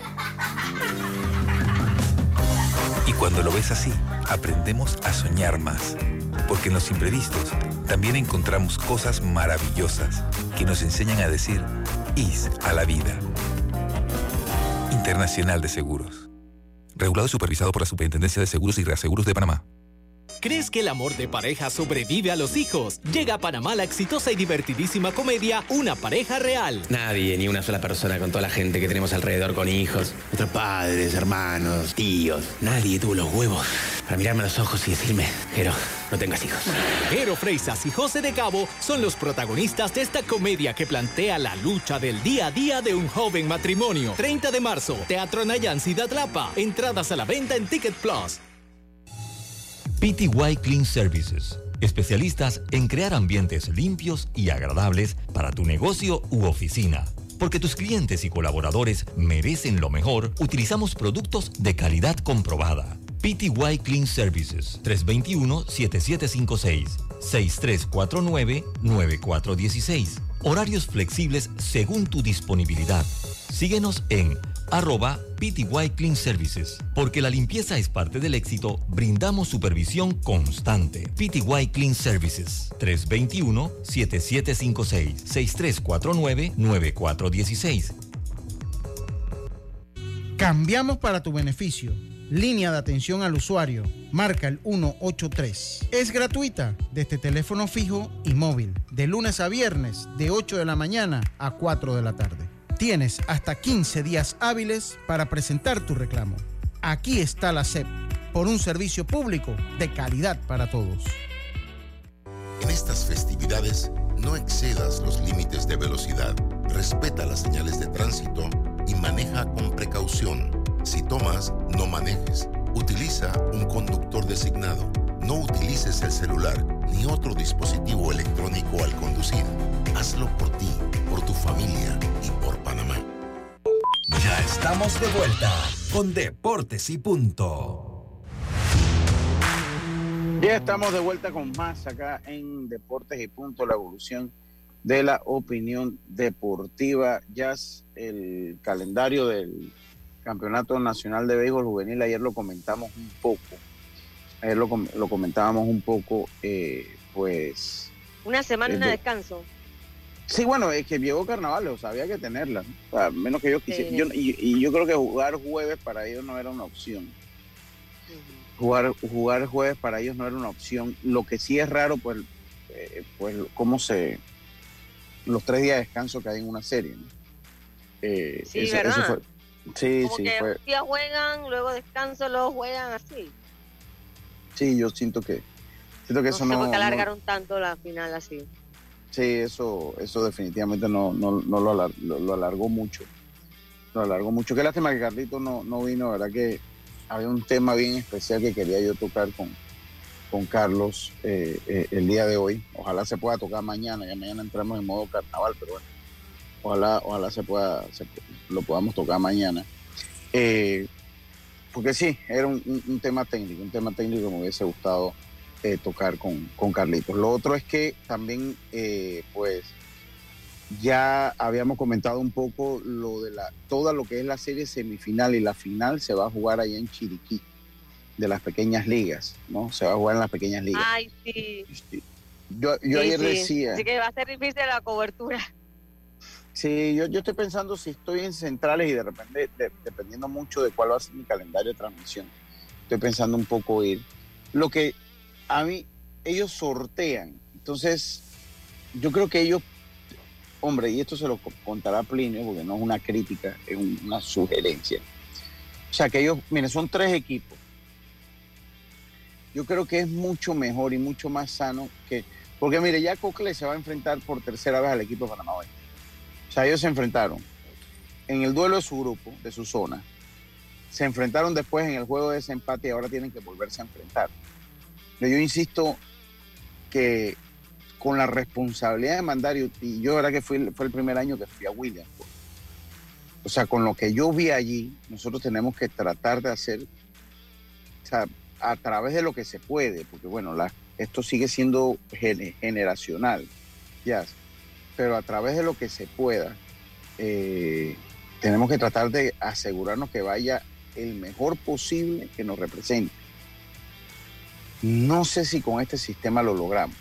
Speaker 7: Y cuando lo ves así, aprendemos a soñar más. Porque en los imprevistos también encontramos cosas maravillosas que nos enseñan a decir IS a la vida. Internacional de Seguros. Regulado y supervisado por la Superintendencia de Seguros y Reaseguros de Panamá.
Speaker 8: ¿Crees que el amor de pareja sobrevive a los hijos? Llega a Panamá la exitosa y divertidísima comedia Una pareja real.
Speaker 9: Nadie, ni una sola persona con toda la gente que tenemos alrededor con hijos, nuestros padres, hermanos, tíos. Nadie tuvo los huevos para mirarme a los ojos y decirme, Jero, no tengas hijos.
Speaker 8: Jero Freisas y José de Cabo son los protagonistas de esta comedia que plantea la lucha del día a día de un joven matrimonio. 30 de marzo, Teatro Nayán Ciudad Lapa. Entradas a la venta en Ticket Plus.
Speaker 2: PTY Clean Services, especialistas en crear ambientes limpios y agradables para tu negocio u oficina. Porque tus clientes y colaboradores merecen lo mejor, utilizamos productos de calidad comprobada. PTY Clean Services, 321-7756, 6349-9416. Horarios flexibles según tu disponibilidad. Síguenos en @PTY Clean Services. Porque la limpieza es parte del éxito, brindamos supervisión constante. PTY Clean Services, 321-7756, 6349-9416.
Speaker 10: Cambiamos para tu beneficio. Línea de atención al usuario. Marca el 183. Es gratuita desde teléfono fijo y móvil. De lunes a viernes, de 8 de la mañana a 4 de la tarde. Tienes hasta 15 días hábiles para presentar tu reclamo. Aquí está la SEP, por un servicio público de calidad para todos.
Speaker 11: En estas festividades, no excedas los límites de velocidad. Respeta las señales de tránsito y maneja con precaución. Si tomas, no manejes. Utiliza un conductor designado. No utilices el celular ni otro dispositivo electrónico al conducir. Hazlo por ti, por tu familia y por Panamá.
Speaker 3: Ya estamos de vuelta con Deportes y Punto.
Speaker 5: Ya estamos de vuelta con más acá en Deportes y Punto, la evolución de la opinión deportiva. Ya el calendario del Campeonato Nacional de Béisbol Juvenil, ayer lo comentamos un poco. Ayer lo comentábamos un poco, pues...
Speaker 14: Una semana de descanso.
Speaker 5: Sí, bueno, es que llegó Carnaval, o sea, había que tenerla, ¿no? O sea, menos que yo quisiera. Yo creo que jugar jueves para ellos no era una opción. Jugar jueves para ellos no era una opción. Lo que sí es raro, pues cómo los 3 días de descanso que hay en una serie, ¿no?
Speaker 14: Sí, ¿verdad?
Speaker 5: Eso fue, sí,
Speaker 14: como
Speaker 5: sí,
Speaker 14: que
Speaker 5: fue.
Speaker 14: un día juegan, luego descanso, luego juegan así.
Speaker 5: Sí, yo siento que
Speaker 14: No
Speaker 5: eso
Speaker 14: sé
Speaker 5: no...
Speaker 14: por qué
Speaker 5: no-
Speaker 14: alargaron tanto la final así.
Speaker 5: Sí, eso definitivamente no lo alargó mucho. Lo alargó mucho. Qué lástima que Carlito no vino, ¿verdad? Que había un tema bien especial que quería yo tocar con Carlos el día de hoy. Ojalá se pueda tocar mañana. Ya mañana entramos en modo carnaval, pero bueno. Ojalá lo podamos tocar mañana. Porque sí, era un tema técnico que me hubiese gustado tocar con Carlitos. Lo otro es que también, pues, ya habíamos comentado un poco todo lo que es la serie semifinal y la final se va a jugar allá en Chiriquí, de las pequeñas ligas, ¿no? Se va a jugar en las pequeñas ligas.
Speaker 14: Ay, sí.
Speaker 5: Yo ayer decía...
Speaker 14: Así que va a ser difícil la cobertura.
Speaker 5: Sí, yo estoy pensando si estoy en centrales y de repente, dependiendo mucho de cuál va a ser mi calendario de transmisión, estoy pensando un poco ir. Lo que a mí, ellos sortean, entonces yo creo que ellos, hombre, y esto se lo contará Plinio, porque no es una crítica, es una sugerencia. O sea, que ellos, miren, son 3 equipos. Yo creo que es mucho mejor y mucho más sano que... Porque mire, ya Cocle se va a enfrentar por tercera vez al equipo de Panamá Oeste. O sea, ellos se enfrentaron en el duelo de su grupo, de su zona. Se enfrentaron después en el juego de desempate y ahora tienen que volverse a enfrentar. Pero yo insisto que con la responsabilidad de mandar, y yo la verdad que fue el primer año que fui a Williamsport. O sea, con lo que yo vi allí, nosotros tenemos que tratar de hacer, o sea, a través de lo que se puede, porque bueno, esto sigue siendo generacional, ya, pero a través de lo que se pueda, tenemos que tratar de asegurarnos que vaya el mejor posible que nos represente. No sé si con este sistema lo logramos.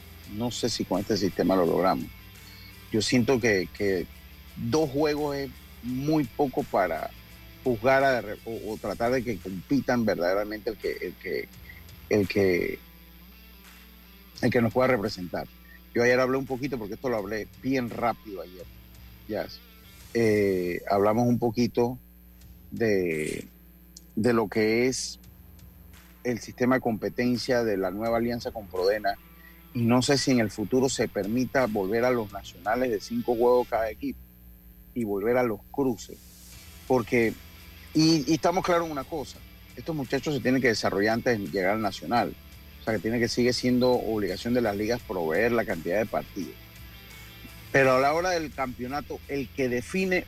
Speaker 5: Yo siento que 2 juegos es muy poco para juzgar o tratar de que compitan verdaderamente el que nos pueda representar. Yo ayer hablé un poquito, porque esto lo hablé bien rápido ayer. Ya. Hablamos un poquito de lo que es el sistema de competencia de la nueva alianza con Prodena, y no sé si en el futuro se permita volver a los nacionales de 5 juegos cada equipo y volver a los cruces, porque y estamos claros en una cosa: estos muchachos se tienen que desarrollar antes de llegar al nacional. O sea, que sigue siendo obligación de las ligas proveer la cantidad de partidos. Pero a la hora del campeonato, el que define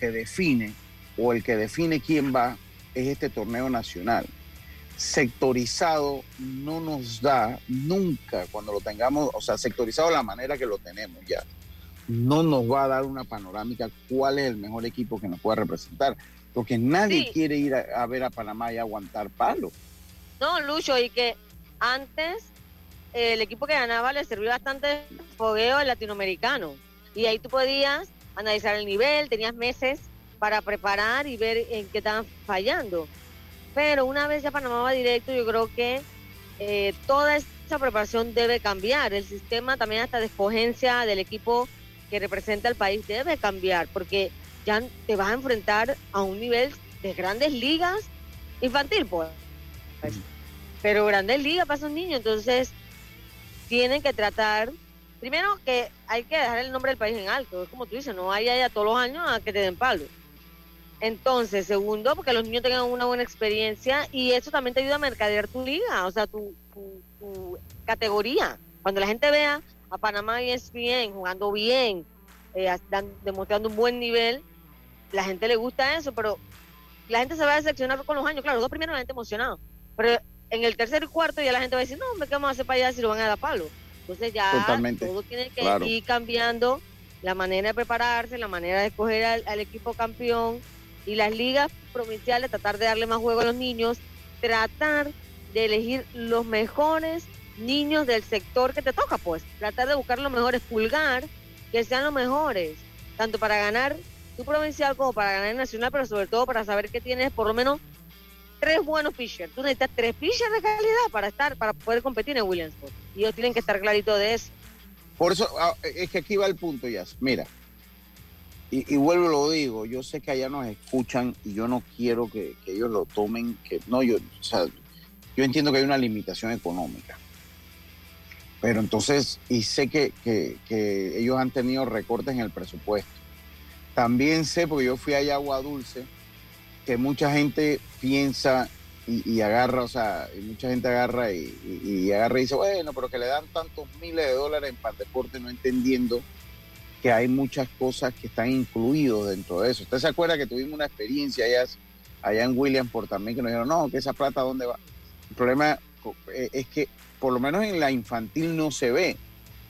Speaker 5: quién va es este torneo nacional. Sectorizado no nos da nunca, cuando lo tengamos, o sea, sectorizado de la manera que lo tenemos ya, no nos va a dar una panorámica cuál es el mejor equipo que nos pueda representar, porque nadie quiere ir a ver a Panamá y aguantar palo.
Speaker 14: No, Lucho, y que antes el equipo que ganaba le sirvió bastante fogueo al latinoamericano, y ahí tú podías analizar el nivel, tenías meses para preparar y ver en qué estaban fallando. Pero una vez ya Panamá va directo, yo creo que toda esa preparación debe cambiar. El sistema también hasta de escogencia del equipo que representa al país debe cambiar, porque ya te vas a enfrentar a un nivel de grandes ligas infantil, pues. Pero grandes ligas para esos niños, entonces tienen que tratar, primero que hay que dejar el nombre del país en alto, es como tú dices, no hay allá todos los años a que te den palo. Entonces, segundo, porque los niños tengan una buena experiencia, y eso también te ayuda a mercadear tu liga, o sea, tu categoría. Cuando la gente vea a Panamá y ESPN jugando bien, demostrando un buen nivel, la gente le gusta eso, pero la gente se va a decepcionar con los años. Claro, los 2 primeros la gente emocionada, pero en el tercer y cuarto ya la gente va a decir, no, ¿qué vamos a hacer para allá si lo van a dar palo? Entonces ya
Speaker 5: totalmente,
Speaker 14: todo tiene que ir cambiando, la manera de prepararse, la manera de escoger al equipo campeón, y las ligas provinciales tratar de darle más juego a los niños, tratar de elegir los mejores niños del sector que te toca, pues tratar de buscar los mejores, pulgar que sean los mejores, tanto para ganar tu provincial como para ganar el nacional, pero sobre todo para saber que tienes por lo menos 3 buenos pitchers. Tú necesitas 3 pitchers de calidad para poder competir en Williamsport, y ellos tienen que estar claritos de eso.
Speaker 5: Por eso es que aquí va el punto, ya. Mira, y vuelvo y lo digo, yo sé que allá nos escuchan y yo no quiero que ellos lo tomen, yo entiendo que hay una limitación económica, pero entonces, y sé que ellos han tenido recortes en el presupuesto. También sé, porque yo fui allá a Agua Dulce, que mucha gente piensa y agarra, o sea, y mucha gente agarra y agarra y dice, bueno, pero que le dan tantos miles de dólares en Pandeporte, no entendiendo que hay muchas cosas que están incluidos dentro de eso. ¿Usted se acuerda que tuvimos una experiencia allá en Williamsport también, que nos dijeron, no, que esa plata ¿dónde va? El problema es que por lo menos en la infantil no se ve.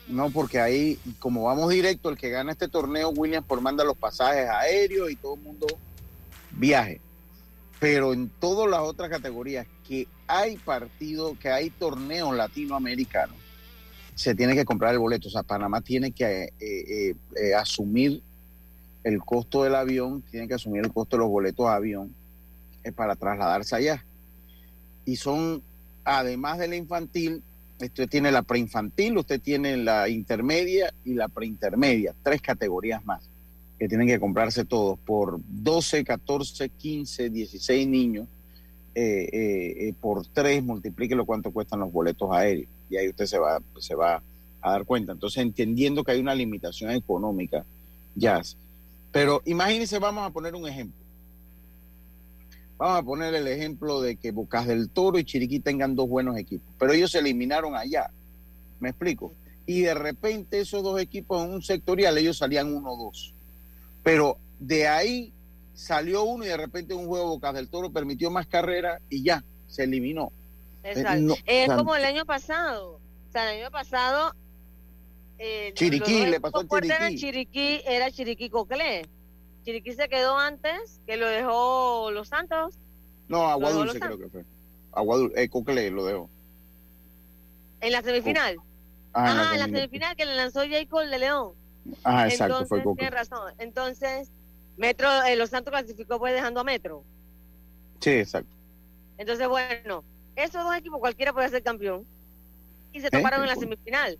Speaker 5: No, porque ahí, como vamos directo, el que gana este torneo, Williamsport manda los pasajes aéreos y todo el mundo viaje. Pero en todas las otras categorías que hay partidos, que hay torneos latinoamericanos, se tiene que comprar el boleto. O sea, Panamá tiene que asumir el costo del avión, tiene que asumir el costo de los boletos de avión para trasladarse allá. Y son, además de la infantil, usted tiene la preinfantil, usted tiene la intermedia y la preintermedia, 3 categorías más que tienen que comprarse todos por 12, 14, 15, 16 niños, por 3, multiplíquelo cuánto cuestan los boletos aéreos y ahí usted se va a dar cuenta. Entonces, entendiendo que hay una limitación económica, Jazz. Pero imagínense, vamos a poner un ejemplo. Vamos a poner el ejemplo de que Bocas del Toro y Chiriquí tengan 2 buenos equipos, pero ellos se eliminaron allá, ¿me explico? Y de repente esos 2 equipos en un sectorial, ellos salían 1-2, pero de ahí salió uno y de repente un juego Bocas del Toro permitió más carreras y ya, se eliminó.
Speaker 14: Exacto. Es como el año pasado, o sea, el año pasado
Speaker 5: Chiriquí, le pasó a
Speaker 14: Chiriquí. Era Chiriquí Coclé. Chiriquí se quedó antes, que lo dejó Los Santos.
Speaker 5: No, Agua Dulce creo que fue. Agua Dulce, Coclé lo dejó.
Speaker 14: ¿En la semifinal? En la semifinal que le lanzó Jacob de León.
Speaker 5: Ajá, exacto,
Speaker 14: entonces,
Speaker 5: fue Coclé.
Speaker 14: Tienes razón. Entonces, Metro, Los Santos clasificó pues dejando a Metro.
Speaker 5: Sí, exacto.
Speaker 14: Entonces, bueno, esos 2 equipos cualquiera puede ser campeón. Y se toparon en la semifinal.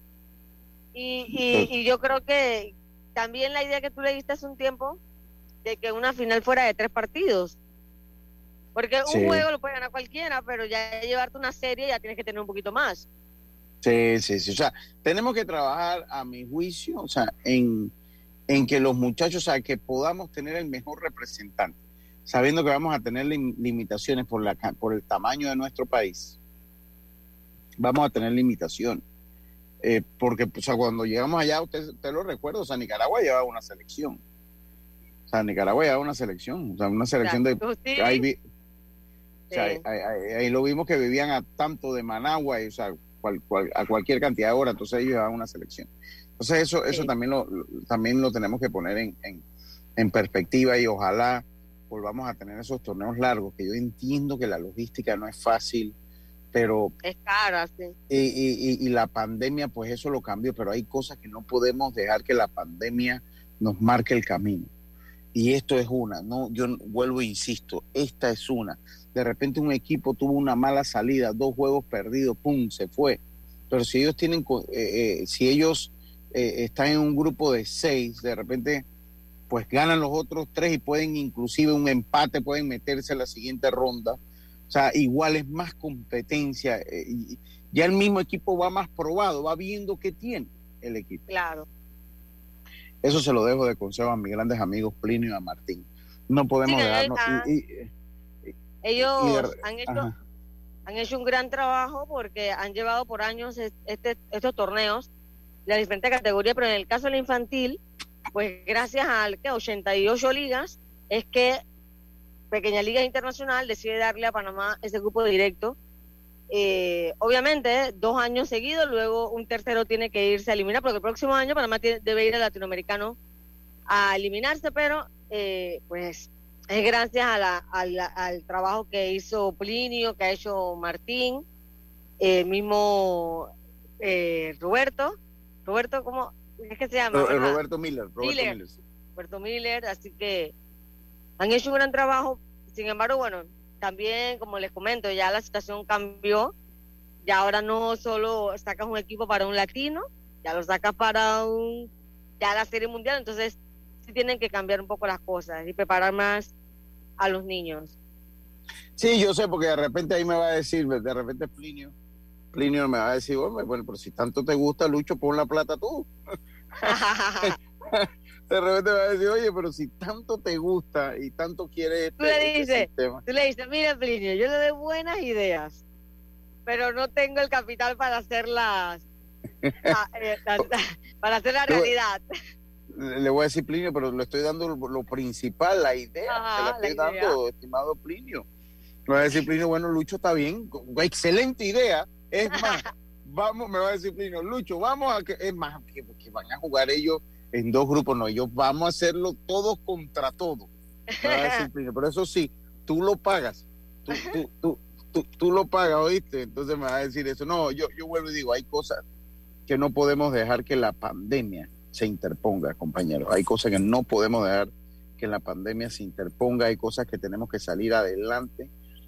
Speaker 14: Y yo creo que también la idea que tú le diste hace un tiempo de que una final fuera de 3 partidos. Porque un juego lo puede ganar cualquiera, pero ya llevarte una serie ya tienes que tener un poquito más.
Speaker 5: Sí. O sea, tenemos que trabajar, a mi juicio, o sea, en que los muchachos, o sea, que podamos tener el mejor representante, sabiendo que vamos a tener limitaciones por el tamaño de nuestro país. Vamos a tener limitaciones. Porque, o sea, cuando llegamos allá, usted lo recuerda, o sea, Nicaragua llevaba una selección. O sea, Nicaragua llevaba una selección. O sea, una selección de... Ahí lo vimos que vivían a tanto de Managua, y, o sea, a cualquier cantidad de horas, entonces ellos llevaban una selección. Entonces eso también lo tenemos que poner en perspectiva y ojalá volvamos a tener esos torneos largos, que yo entiendo que la logística no es fácil, pero
Speaker 14: es cara, sí.
Speaker 5: Y la pandemia, pues eso lo cambió, pero hay cosas que no podemos dejar que la pandemia nos marque el camino. Y esto es una, no, yo vuelvo e insisto, esta es una. De repente un equipo tuvo una mala salida, 2 juegos perdidos, pum, se fue. Pero si ellos tienen, están en un grupo de 6, de repente, pues ganan los otros 3 y pueden inclusive un empate, pueden meterse a la siguiente ronda. O sea, igual es más competencia. Y ya el mismo equipo va más probado, va viendo qué tiene el equipo.
Speaker 14: Claro.
Speaker 5: Eso se lo dejo de consejo a mis grandes amigos Plinio y a Martín. No podemos dejarnos...
Speaker 14: Ellos han hecho un gran trabajo porque han llevado por años estos torneos de las diferentes categorías, pero en el caso de la infantil, pues gracias a 88 ligas, es que Pequeña Liga Internacional decide darle a Panamá ese grupo directo. Obviamente, 2 años seguidos, luego un tercero tiene que irse a eliminar, porque el próximo año Panamá debe ir al latinoamericano a eliminarse, pero pues es gracias al trabajo que hizo Plinio, que ha hecho Martín, el mismo Roberto, ¿cómo es que se llama?
Speaker 5: Roberto Miller.
Speaker 14: Roberto Miller, así que han hecho un gran trabajo. Sin embargo, bueno, también, como les comento, ya la situación cambió. Ya ahora no solo sacas un equipo para un latino, ya lo sacas para ya la Serie Mundial. Entonces, sí tienen que cambiar un poco las cosas y preparar más a los niños.
Speaker 5: Sí, yo sé, porque de repente ahí me va a decir, de repente Plinio me va a decir, bueno, pero si tanto te gusta, Lucho, pon la plata tú. De repente me va a decir, oye, pero si tanto te gusta y tanto quieres
Speaker 14: tú le dices, mira, Plinio, yo le doy buenas ideas, pero no tengo el capital para hacerlas, para hacer la realidad.
Speaker 5: Le voy a decir, Plinio, pero le estoy dando lo principal, la idea, te la estoy dando, estimado Plinio. Le voy a decir, Plinio, bueno, Lucho, está bien, excelente idea, es más, vamos, me va a decir Plinio, Lucho, vamos a que, es más, que van a jugar ellos en 2 grupos, no, ellos vamos a hacerlo todos contra todos. Me va a decir Plinio, pero eso sí, tú lo pagas, tú lo pagas, ¿oíste? Entonces me va a decir eso. No, yo vuelvo y digo, hay cosas que no podemos dejar que la pandemia se interponga, compañeros. Hay cosas que no podemos dejar que la pandemia se interponga, hay cosas que tenemos que salir adelante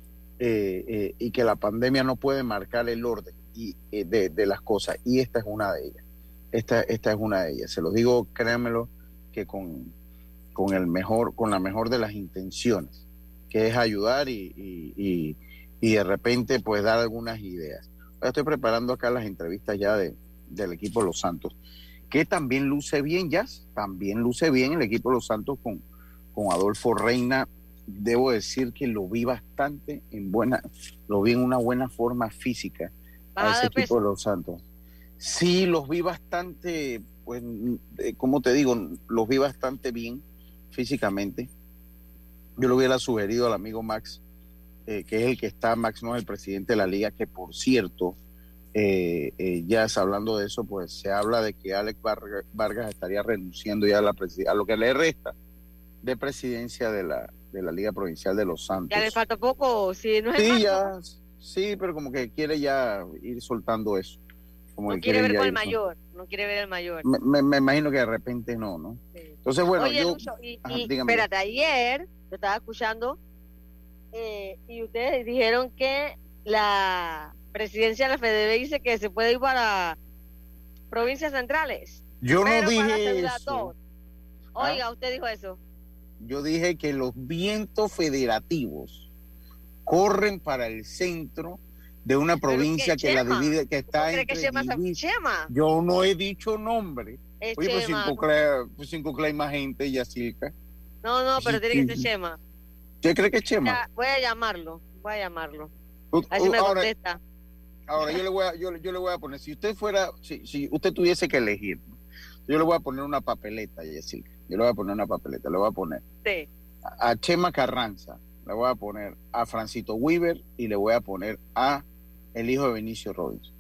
Speaker 5: y que la pandemia no puede marcar el orden de las cosas, y esta es una de ellas. Esta es una de ellas. Se los digo, créanmelo, que con la mejor de las intenciones, que es ayudar y de repente pues dar algunas ideas. Ahora estoy preparando acá las entrevistas ya del equipo Los Santos, que también luce bien, también luce bien el equipo Los Santos con Adolfo Reina. Debo decir que lo vi bastante en una buena forma física a ese equipo de Los Santos. Sí, los vi bastante, pues, como te digo, los vi bastante bien físicamente. Yo lo hubiera sugerido al amigo Max, que es el que está, Max no es el presidente de la liga, que por cierto, ya hablando de eso, pues se habla de que Alex Vargas estaría renunciando ya a lo que le resta de presidencia de la Liga Provincial de Los Santos.
Speaker 14: Ya le falta poco, si no es
Speaker 5: sí,
Speaker 14: el
Speaker 5: ya, sí, pero como que quiere ya ir soltando eso. Como
Speaker 14: no quiere ver con el mayor, no quiere ver el mayor.
Speaker 5: Me imagino que de repente no. Sí. Entonces, bueno,
Speaker 14: oye, Lucho, espérate, ayer yo estaba escuchando y ustedes dijeron que la presidencia de la FEDEB dice que se puede ir para provincias centrales.
Speaker 5: Yo no dije eso.
Speaker 14: Oiga, usted dijo eso.
Speaker 5: Yo dije que los vientos federativos corren para el centro de una provincia que la divide, que está entre
Speaker 14: Chema.
Speaker 5: Yo no he dicho nombre.
Speaker 14: Es
Speaker 5: oye,
Speaker 14: Chema.
Speaker 5: Pues sin Coclea hay más gente, Yacirca.
Speaker 14: No, pero tiene que ser Chema.
Speaker 5: ¿Usted cree que es Chema?
Speaker 14: Ya, voy a llamarlo. Así me contesta.
Speaker 5: Ahora yo le voy a poner, si usted fuera, si usted tuviese que elegir, yo le voy a poner una papeleta, Yacirca. Yo le voy a poner una papeleta, le voy a poner a Chema Carranza, le voy a poner a Francito Weaver y le voy a poner a el hijo de Benicio Robinson.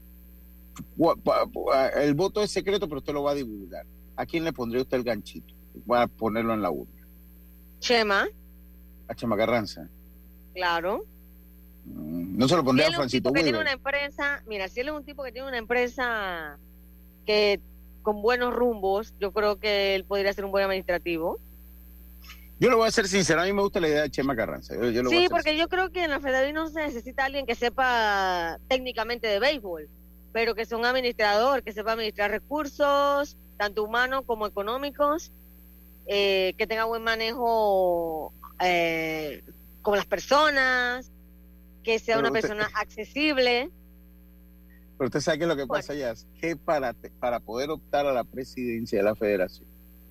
Speaker 5: El voto es secreto, pero usted lo va a divulgar. ¿A quién le pondría usted el ganchito? Voy a ponerlo en la urna.
Speaker 14: Chema.
Speaker 5: A Chema Carranza.
Speaker 14: Claro.
Speaker 5: No se lo pondría a Francito Weaver.
Speaker 14: Tiene una empresa, mira, si él es un tipo que tiene una empresa que con buenos rumbos, yo creo que él podría ser un buen administrativo.
Speaker 5: Yo le voy a ser sincero, a mí me gusta la idea de Chema Carranza.
Speaker 14: Sí, porque yo creo que en la FEDEB no se necesita alguien que sepa técnicamente de béisbol, pero que sea un administrador, que sepa administrar recursos, tanto humanos como económicos, que tenga buen manejo con las personas, que sea una persona accesible.
Speaker 5: Pero usted sabe que lo que pasa ya es que para poder optar a la presidencia de la federación,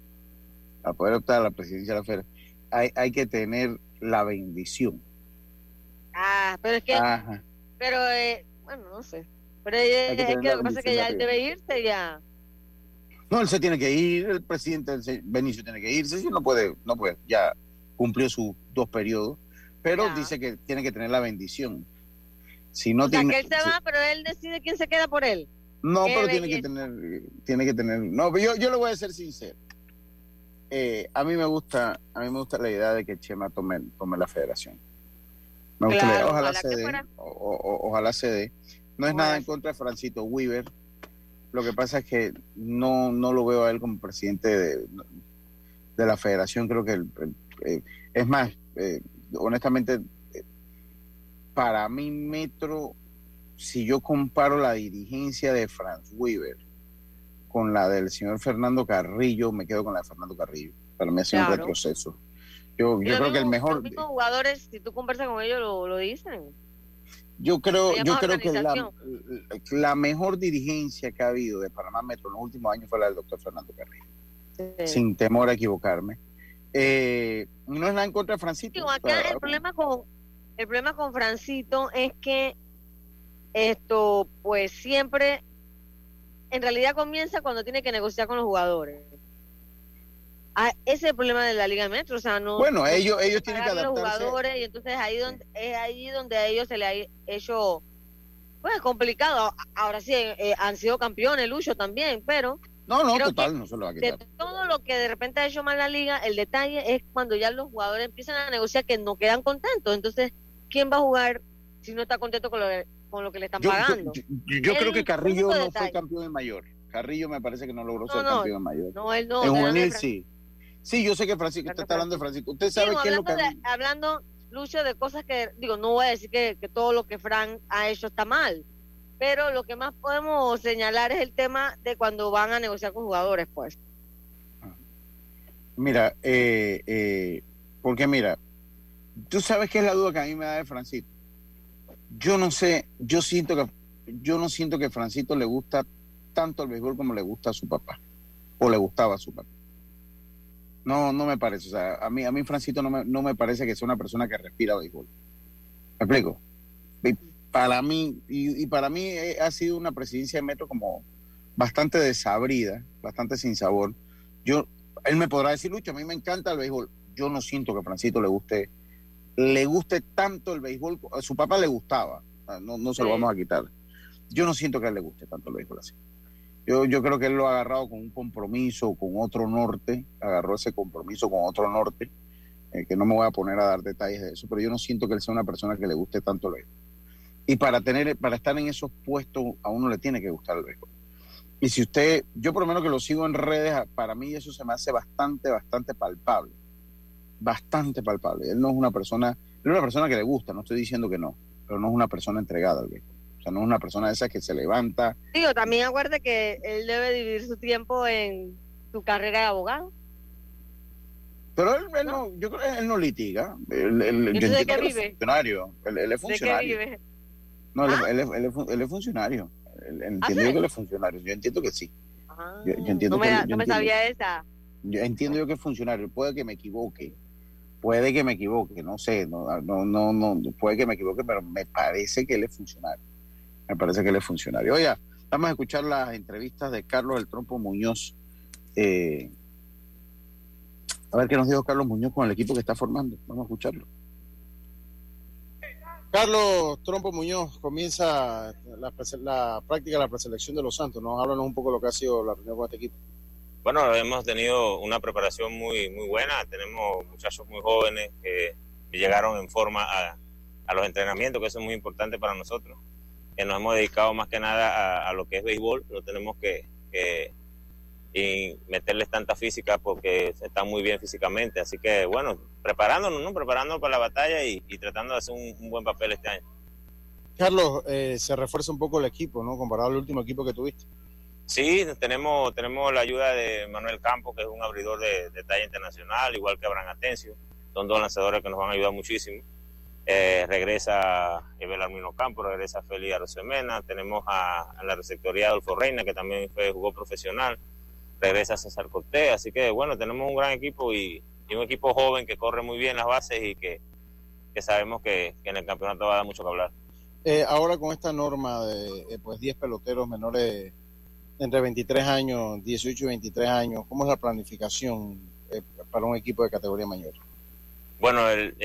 Speaker 5: hay que tener la bendición.
Speaker 14: Pero es que, bueno, no sé. Pero es que lo que pasa es que ya él debe irse ya.
Speaker 5: No, él se tiene que ir, el presidente Benicio tiene que irse, si no puede, ya cumplió sus 2 periodos, pero dice que tiene que tener la bendición. Si no
Speaker 14: que él se va, pero él decide quién se queda por él.
Speaker 5: No, pero tiene que tener. No, pero yo le voy a ser sincero. A mí me gusta la idea de que Chema tome la federación. Me gusta la idea. Ojalá se dé. No es nada en contra de Francito Weaver. Lo que pasa es que no lo veo a él como presidente de la federación. Creo que es más, honestamente, para mí, Metro, si yo comparo la dirigencia de Franz Weaver con la del señor Fernando Carrillo, me quedo con la de Fernando Carrillo. Para mí ha sido un retroceso. Yo creo que el mejor...
Speaker 14: Los mismos jugadores, si tú conversas con ellos, lo dicen.
Speaker 5: Yo creo que la mejor dirigencia que ha habido de Panamá Metro en los últimos años fue la del doctor Fernando Carrillo. Sin temor a equivocarme. No es nada en contra de Francito.
Speaker 14: Acá el problema con Francito es que esto, pues siempre, en realidad comienza cuando tiene que negociar con los jugadores. Ese es el problema de la Liga Metro, o sea, no.
Speaker 5: Bueno, ellos tienen que adaptarse.
Speaker 14: Los jugadores, y entonces es ahí donde a ellos se les ha hecho pues complicado. Ahora sí, han sido campeones, Lucho también, pero...
Speaker 5: No,
Speaker 14: creo
Speaker 5: total,
Speaker 14: que
Speaker 5: no se lo va a
Speaker 14: de
Speaker 5: quitar.
Speaker 14: todo lo que de repente ha hecho mal la liga, el detalle es cuando ya los jugadores empiezan a negociar que no quedan contentos. Entonces, ¿quién va a jugar si no está contento con lo que le están pagando?
Speaker 5: Yo creo que Carrillo
Speaker 14: único
Speaker 5: no
Speaker 14: detalle.
Speaker 5: fue campeón en mayor. Carrillo me parece que no logró ser
Speaker 14: No,
Speaker 5: campeón en mayor.
Speaker 14: No, él no.
Speaker 5: En
Speaker 14: de
Speaker 5: juvenil
Speaker 14: Fran-
Speaker 5: sí. Sí, yo sé que Francisco, usted está hablando de Francisco. Usted sabe
Speaker 14: Digo,
Speaker 5: qué es lo que...
Speaker 14: hablando, Lucho, de cosas que, digo, no voy a decir que todo lo que Fran ha hecho está mal, pero lo que más podemos señalar es el tema de cuando van a negociar con jugadores, pues.
Speaker 5: Mira, porque mira, tú sabes qué es la duda que a mí me da de Francisco. Yo no sé, yo no siento que Francisco le gusta tanto el béisbol como le gusta a su papá, o le gustaba a su papá. No me parece, o sea, a mí Francisco no me parece que sea una persona que respira béisbol. ¿Me explico? Para mí, y para mí ha sido una presidencia de Metro como bastante desabrida, bastante sin sabor. Él me podrá decir, Lucho, a mí me encanta el béisbol. Yo no siento que a Francisco le guste tanto el béisbol. A su papá le gustaba, no se lo vamos a quitar. Yo no siento que a él le guste tanto el béisbol así. Yo creo que él lo ha agarrado con un compromiso, con otro norte, agarró ese compromiso con otro norte, que no me voy a poner a dar detalles de eso, pero yo no siento que él sea una persona que le guste tanto el béisbol. Y para estar en esos puestos, a uno le tiene que gustar el béisbol. Y si yo por lo menos que lo sigo en redes, para mí eso se me hace bastante palpable. Bastante palpable. Él no es una persona que le gusta, no estoy diciendo que no, pero no es una persona entregada al béisbol. O sea, no es una persona de esas que se levanta.
Speaker 14: Digo, también acuérdate que él debe dividir su tiempo en su carrera de abogado.
Speaker 5: Pero él no, yo creo que él no litiga.
Speaker 14: ¿Entonces de qué vive?
Speaker 5: Es funcionario. Él es funcionario.
Speaker 14: ¿De qué vive?
Speaker 5: No, él es funcionario. Entiendo yo que él es funcionario. Yo entiendo que sí. Yo entiendo
Speaker 14: No me sabía esa.
Speaker 5: Yo entiendo yo que es funcionario. Puede que me equivoque, no sé, no, puede que me equivoque, pero me parece que él es funcionario. Oiga, vamos a escuchar las entrevistas de Carlos El Trompo Muñoz. A ver qué nos dijo Carlos Muñoz con el equipo que está formando. Vamos a escucharlo.
Speaker 10: Carlos Trompo Muñoz, comienza la práctica de la preselección de los Santos, ¿no? Háblanos un poco de lo que ha sido la reunión con este equipo.
Speaker 20: Bueno, hemos tenido una preparación muy buena, tenemos muchachos muy jóvenes que llegaron en forma a los entrenamientos, que eso es muy importante para nosotros, que nos hemos dedicado más que nada a lo que es béisbol, pero tenemos que y meterles tanta física porque están muy bien físicamente, así que bueno, preparándonos para la batalla y tratando de hacer un buen papel este año.
Speaker 10: Carlos, se refuerza un poco el equipo, ¿no? Comparado al último equipo que tuviste.
Speaker 20: Sí, tenemos la ayuda de Manuel Campos, que es un abridor de talla internacional, igual que Abraham Atencio, son dos lanzadores que nos van a ayudar muchísimo. Regresa Ebelarmino Campos, regresa Félix Arosemena, tenemos a la receptoría Adolfo Reina, que también jugó profesional, regresa César Cortés, así que bueno, tenemos un gran equipo y un equipo joven que corre muy bien las bases y que sabemos que en el campeonato va a dar mucho que hablar.
Speaker 10: Ahora con esta norma de 10 peloteros menores entre 23 años, 18 y 23 años, ¿cómo es la planificación para un equipo de categoría mayor?
Speaker 20: Bueno,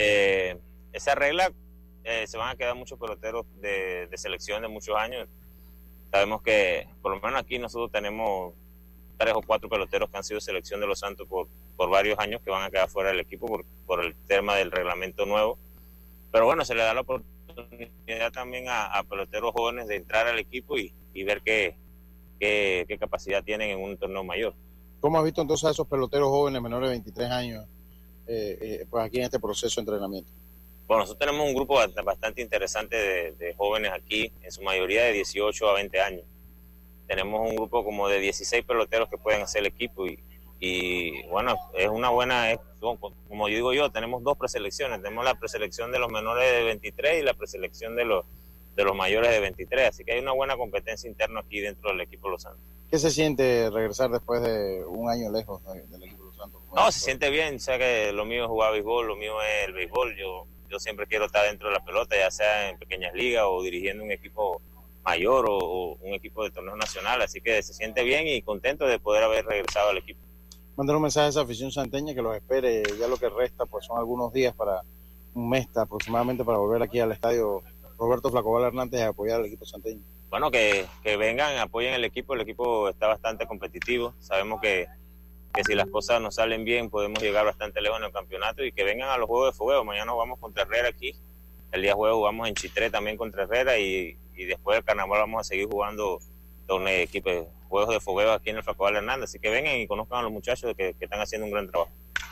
Speaker 20: esa regla, se van a quedar muchos peloteros de selección de muchos años. Sabemos que por lo menos aquí nosotros tenemos 3 o 4 peloteros que han sido selección de los Santos por varios años que van a quedar fuera del equipo por el tema del reglamento nuevo. Pero bueno, se le da la oportunidad también a peloteros jóvenes de entrar al equipo y ver qué capacidad tienen en un torneo mayor.
Speaker 10: ¿Cómo has visto entonces a esos peloteros jóvenes menores de 23 años pues aquí en este proceso de entrenamiento?
Speaker 20: Bueno, nosotros tenemos un grupo bastante interesante de jóvenes aquí, en su mayoría de 18 a 20 años. Tenemos un grupo como de 16 peloteros que pueden hacer el equipo y bueno, es una buena, como yo digo tenemos 2 preselecciones, tenemos la preselección de los menores de 23 y la preselección de los mayores de 23, así que hay una buena competencia interna aquí dentro del equipo Los Santos.
Speaker 10: ¿Qué se siente regresar después de un año lejos del equipo Los Santos?
Speaker 20: No, se siente bien, sé que lo mío es jugar béisbol, lo mío es el béisbol, yo siempre quiero estar dentro de la pelota, ya sea en pequeñas ligas o dirigiendo un equipo mayor o un equipo de torneo nacional, así que se siente bien y contento de poder haber regresado al equipo.
Speaker 10: Mandar un mensaje a esa afición santeña que los espere, ya lo que resta pues son algunos días, para un mes aproximadamente, para volver aquí al estadio
Speaker 5: Roberto Flacobal Hernández a apoyar al equipo santeño?
Speaker 20: Bueno, que vengan, apoyen el equipo está bastante competitivo, sabemos que si las cosas nos salen bien podemos llegar bastante lejos en el campeonato y que vengan a los juegos de fogueo. Mañana jugamos contra Herrera aquí, el día jueves jugamos en Chitré también contra Herrera y después del carnaval vamos a seguir jugando juegos de fogueo aquí en el Flacobal Hernández, así que vengan y conozcan a los muchachos que están haciendo un gran trabajo.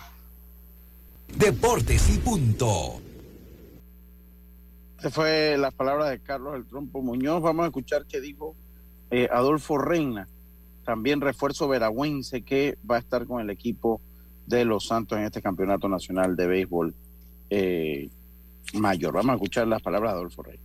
Speaker 3: Deportes y punto.
Speaker 5: Esta fue las palabras de Carlos El Trompo Muñoz. Vamos a escuchar qué dijo Adolfo Reina, también refuerzo veragüense que va a estar con el equipo de Los Santos en este campeonato nacional de béisbol mayor. Vamos a escuchar las palabras de Adolfo Reina.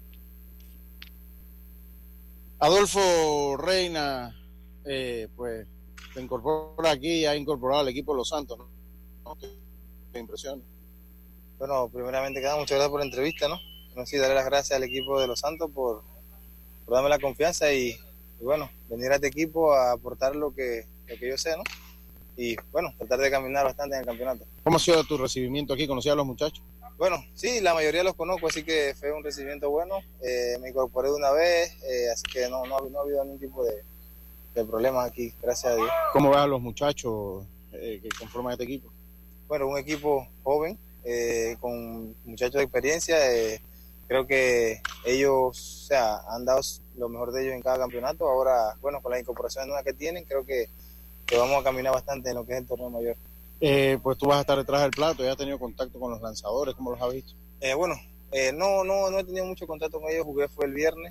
Speaker 5: Adolfo Reina, pues se incorpora aquí y ha incorporado al equipo de Los Santos, ¿no? ¿Qué impresión?
Speaker 21: Bueno, primeramente que nada, muchas gracias por la entrevista, ¿no? Sí, darle las gracias al equipo de Los Santos por darme la confianza y bueno, venir a este equipo a aportar lo que yo sé, ¿no? Y bueno, tratar de caminar bastante en el campeonato.
Speaker 5: ¿Cómo ha sido tu recibimiento aquí? ¿Conocías a los muchachos?
Speaker 21: Bueno, sí, la mayoría los conozco, así que fue un recibimiento bueno. Me incorporé de una vez, así que no ha habido ningún tipo de problemas aquí, gracias a Dios.
Speaker 5: ¿Cómo ves a los muchachos que conforman este equipo?
Speaker 21: Bueno, un equipo joven, con muchachos de experiencia. Creo que ellos han dado lo mejor de ellos en cada campeonato. Ahora, bueno, con las incorporaciones nuevas que tienen, creo que vamos a caminar bastante en lo que es el torneo mayor.
Speaker 5: Pues tú vas a estar detrás del plato, ¿ya has tenido contacto con los lanzadores? ¿Cómo los has visto?
Speaker 21: Bueno, no he tenido mucho contacto con ellos, jugué fue el viernes,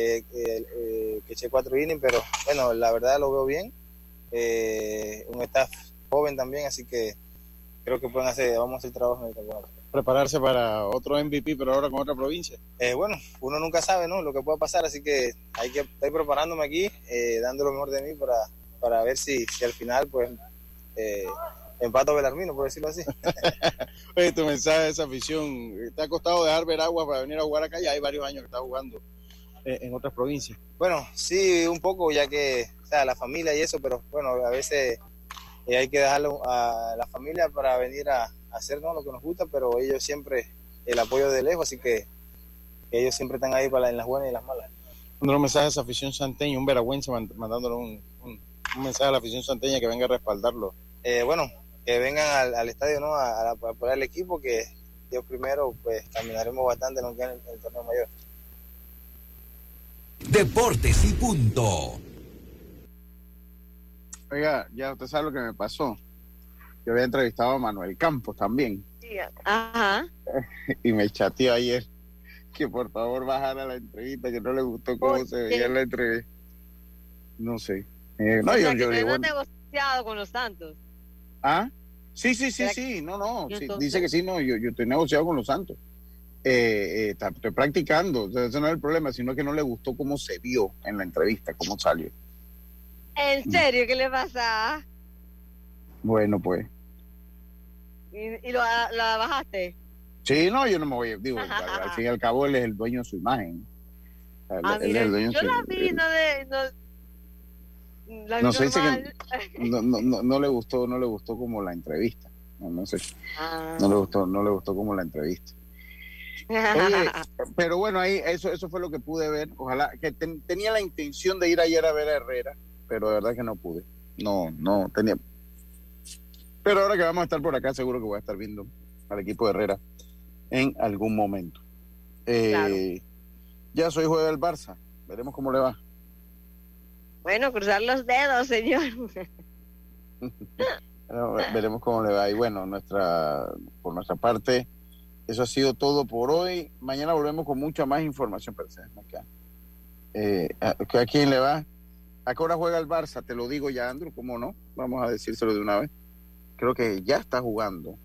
Speaker 21: que eché 4 innings, pero bueno, la verdad lo veo bien. Un staff joven también, así que creo que vamos a hacer trabajo en el campeonato.
Speaker 5: Prepararse para otro MVP, pero ahora con otra provincia.
Speaker 21: Bueno, uno nunca sabe, ¿no?, lo que pueda pasar, así que hay que estar preparándome aquí, dando lo mejor de mí para ver si al final, pues, empato Belarmino, por decirlo así.
Speaker 5: Oye, tu mensaje de esa afición, ¿te ha costado dejar Veraguas para venir a jugar acá? Ya hay varios años que estás jugando en otras provincias.
Speaker 21: Bueno, sí, un poco, ya que, la familia y eso, pero bueno, a veces hay que dejarlo a la familia para venir a hacer, ¿no?, lo que nos gusta, pero ellos siempre, el apoyo de lejos, así que ellos siempre están ahí en las buenas y las malas.
Speaker 5: Un mensaje a esa afición santeña, un veragüense mandándole un mensaje a la afición santeña que venga a respaldarlo.
Speaker 21: Bueno, que vengan al estadio, ¿no?, a apoyar al equipo, que Dios primero, pues caminaremos bastante en el torneo mayor.
Speaker 3: Deportes y punto.
Speaker 5: Oiga, ya usted sabe lo que me pasó. Yo había entrevistado a Manuel Campos también.
Speaker 14: Sí, ajá.
Speaker 5: Y me chateó ayer que por favor bajara la entrevista, que no le gustó cómo se veía la entrevista. No sé. No,
Speaker 14: o sea,
Speaker 5: yo
Speaker 14: que
Speaker 5: digo,
Speaker 14: no ha negociado con los Santos.
Speaker 5: ¿Ah? Sí. No. Sí, dice que sí, no. Yo estoy negociado con los Santos. Estoy practicando. O sea, ese no es el problema, sino que no le gustó cómo se vio en la entrevista, cómo salió.
Speaker 14: ¿En serio? ¿Qué le pasa?
Speaker 5: Bueno, pues.
Speaker 14: ¿Y la bajaste?
Speaker 5: Sí, no, yo no me voy. Digo, al fin y al cabo, él es el dueño de su imagen. Él es el dueño
Speaker 14: yo la vi,
Speaker 5: no sé, dice que no le gustó como la entrevista. No sé. No le gustó como la entrevista. Oye, pero bueno, ahí eso fue lo que pude ver. Ojalá que tenía la intención de ir ayer a ver a Herrera, pero de verdad que no pude. No tenía. Pero ahora que vamos a estar por acá, seguro que voy a estar viendo al equipo de Herrera en algún momento.
Speaker 14: Claro.
Speaker 5: Ya soy juego del Barça. Veremos cómo le va.
Speaker 14: Bueno, cruzar los dedos, señor.
Speaker 5: Veremos cómo le va. Y bueno, por nuestra parte, eso ha sido todo por hoy. Mañana volvemos con mucha más información. ¿A quién le va? ¿A qué hora juega el Barça? Te lo digo ya, Andrew, ¿cómo no? Vamos a decírselo de una vez. Creo que ya está jugando.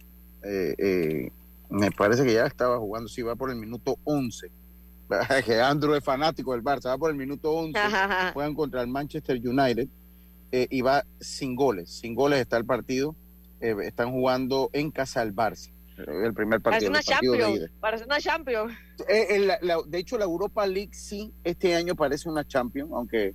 Speaker 5: Me parece que ya estaba jugando. Sí, va por el minuto 11. Que Andrew es fanático del Barça. Va por el minuto 11. Juegan contra el Manchester United. Y va sin goles. Sin goles está el partido. Están jugando en casa del Barça. El primer partido.
Speaker 14: Parece una Champions.
Speaker 5: De hecho, la Europa League sí, este año parece una Champions,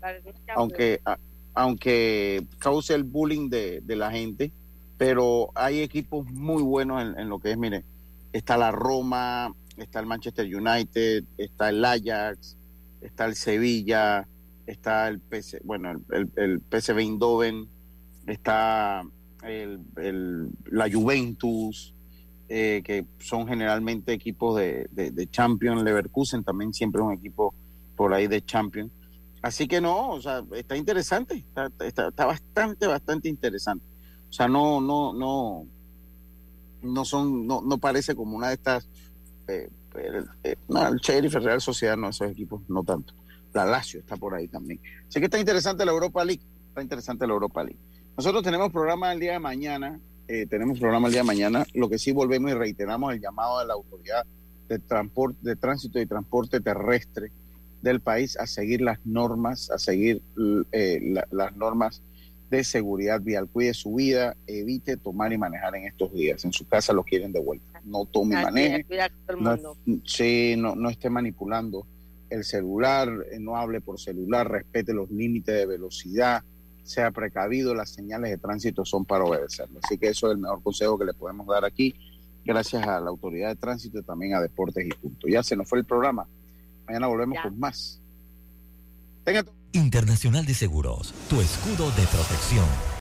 Speaker 5: aunque cause el bullying de la gente, pero hay equipos muy buenos en lo que es, mire, está la Roma, está el Manchester United, está el Ajax, está el Sevilla, está el PSV Eindhoven, está la Juventus, que son generalmente equipos de Champions. Leverkusen también siempre es un equipo por ahí de Champions. Así que no, o sea, está interesante, está bastante interesante. O sea, no parece como una de estas, el Sheriff, el Real Sociedad, no, esos equipos no tanto. La Lazio está por ahí también. Así que está interesante la Europa League, Nosotros tenemos programa el día de mañana, lo que sí volvemos y reiteramos el llamado de la Autoridad de Tránsito y Transporte Terrestre del país a seguir las normas, las normas de seguridad vial. Cuide su vida, evite tomar y manejar en estos días. En su casa lo quieren de vuelta. No tome y maneje. No esté manipulando el celular, no hable por celular, respete los límites de velocidad, sea precavido, las señales de tránsito son para obedecerlo. Así que eso es el mejor consejo que le podemos dar aquí, gracias a la Autoridad de Tránsito y también a Deportes y Punto. Ya se nos fue el programa. Mañana volvemos con más.
Speaker 2: Internacional de Seguros, tu escudo de protección.